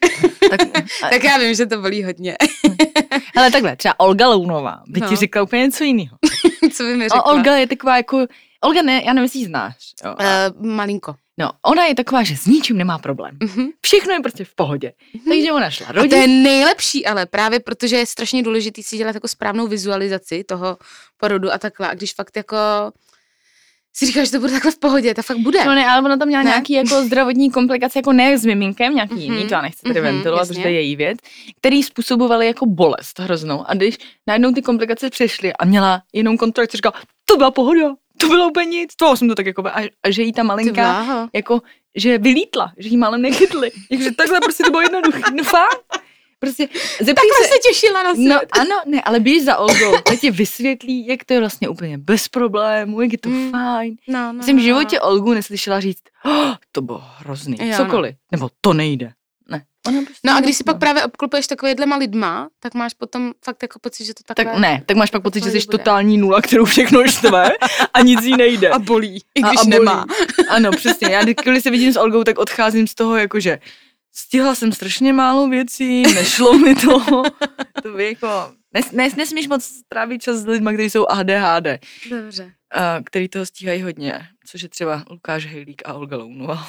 Tak já vím, že to bolí hodně. Ale takhle, třeba Olga Lounová by ti řekla úplně něco jiného. Co by mi řekla? Olga je taková jako, Olga ne, já nevím, jestli ji znáš. Jo. Malinko. No, ona je taková, že s ničím nemá problém. Všechno je prostě v pohodě. Takže ona šla rodit. A to je nejlepší, ale právě protože je strašně důležitý si dělat jako správnou vizualizaci toho porodu a takhle. A když fakt jako si říkáš, že to bude takhle v pohodě, to fakt bude. No ne, ale ona tam měla nějaký jako zdravotní komplikace, jako ne s miminkem, nějaký jiný, to já nechci tady ventilovat, protože to je její věc, který způsobovaly jako bolest hroznou. A když najednou ty komplikace přešly a měla jinou kontrakci, říkala, to byla pohoda, to bylo úplně nic, to jsem to tak jako, a že jí ta malinka, jako, že vylítla, že jí málem nechytli, takže takhle prostě to bylo jednoduché, no fakt. Prostě takhle se těšila na svět. No ano, ne, ale běž za Olgou, tak ti vysvětlí, jak to je vlastně úplně bez problémů, jak je to fajn. Jsem v životě Olgu neslyšela říct, to bylo hrozný, cokoliv, nebo to nejde. Ne. No a když si pak právě obklopuješ takovýhlema lidma, tak máš potom fakt jako pocit, že to takhle... Tak ne, tak máš pak pocit, že jsi totální nula, kterou všechno štve a nic jí nejde. A bolí, i když nemá. Ano, přesně, já když se vidím s Olgou, tak odcházím z toho jakože stihla jsem strašně málo věcí, nešlo mi to. To by jako... Nesmíš moc trávit čas s lidmi, kteří jsou ADHD. Dobře. Který toho stíhají hodně, což je třeba Lukáš Hejlík a Olga Lounová.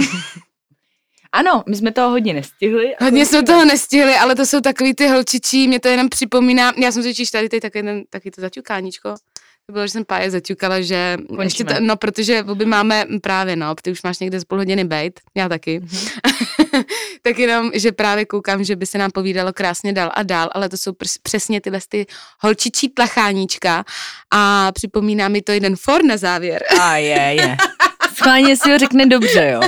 Ano, my jsme toho hodně nestihli. Hodně jsme toho nestihli, ale to jsou takový ty holčičí, mě to jenom připomíná, já jsem totiž tady taky to zaťukáníčko, To bylo, že jsem Páje zaťukala, že ještě to, no, protože by máme právě, no, ty už máš někde z půl hodiny bejt, já taky. Tak jenom, že právě koukám, že by se nám povídalo krásně dál a dál, ale to jsou přesně tyhle ty holčičí tlacháníčka a připomíná mi to jeden for na závěr. A je. Schválně si ho řekne dobře, jo.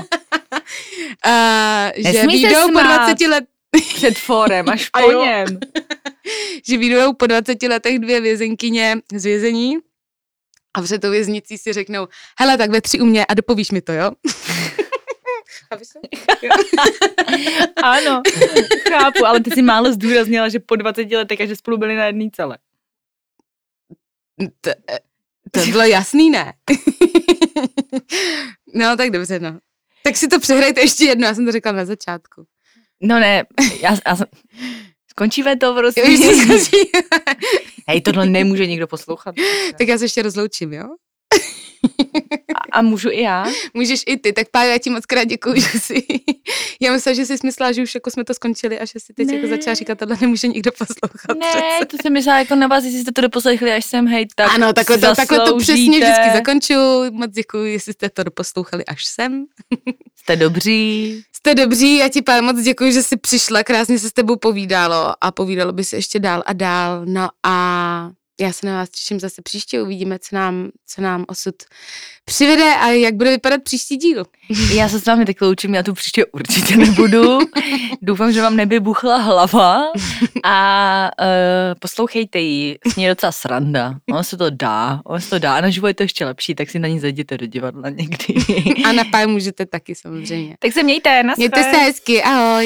Že výjdou po 20 let před forem, až po něm. Že výjdou po 20 letech 2 vězenkyně z vězení a před tou věznicí si řeknou, hele, tak ve 3 u mě a dopovíš mi to, jo? Ano, chápu, ale ty jsi málo zdůraznila, že po 20 letech a že spolu byli na jedné celé. To bylo jasný, ne? No, tak dobře, no. Tak si to přehrajte ještě jedno, já jsem to řekla na začátku. No ne, já skončíme to, prosím. Hej, tohle nemůže nikdo poslouchat. Tak já se ještě rozloučím, jo? A můžu i já? Můžeš i ty, tak Pájo, já ti moc krát děkuju, že jsi... Já myslela, že jsi myslela, že už jako jsme to skončili a že si teď jako začala říkat, tohle nemůže nikdo poslouchat. Ne, přece. To jsem myslela jako na vás, jestli jste to doposlechli, až jsem, hej, tak ano, takhle to přesně vždycky zakončuju. Moc děkuju, jestli jste to doposlouchali až sem. Jste dobří. Jste dobří, já ti, Pájo, moc děkuju, že jsi přišla, krásně se s tebou povídalo a povídalo by se ještě dál a dál. No a já se na vás těším zase příště, uvidíme, co nám osud přivede a jak bude vypadat příští díl. Já se s vámi tak loučím, já tu příště určitě nebudu. Doufám, že vám nevybuchla hlava a poslouchejte ji, s ní je docela sranda. Ono se to dá a na živo je to ještě lepší, tak si na ní zajděte do divadla někdy. A na Páj můžete taky samozřejmě. Tak se mějte, naschle. Mějte se hezky, ahoj.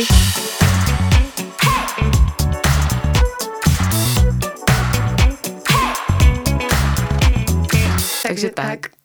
Takže tak.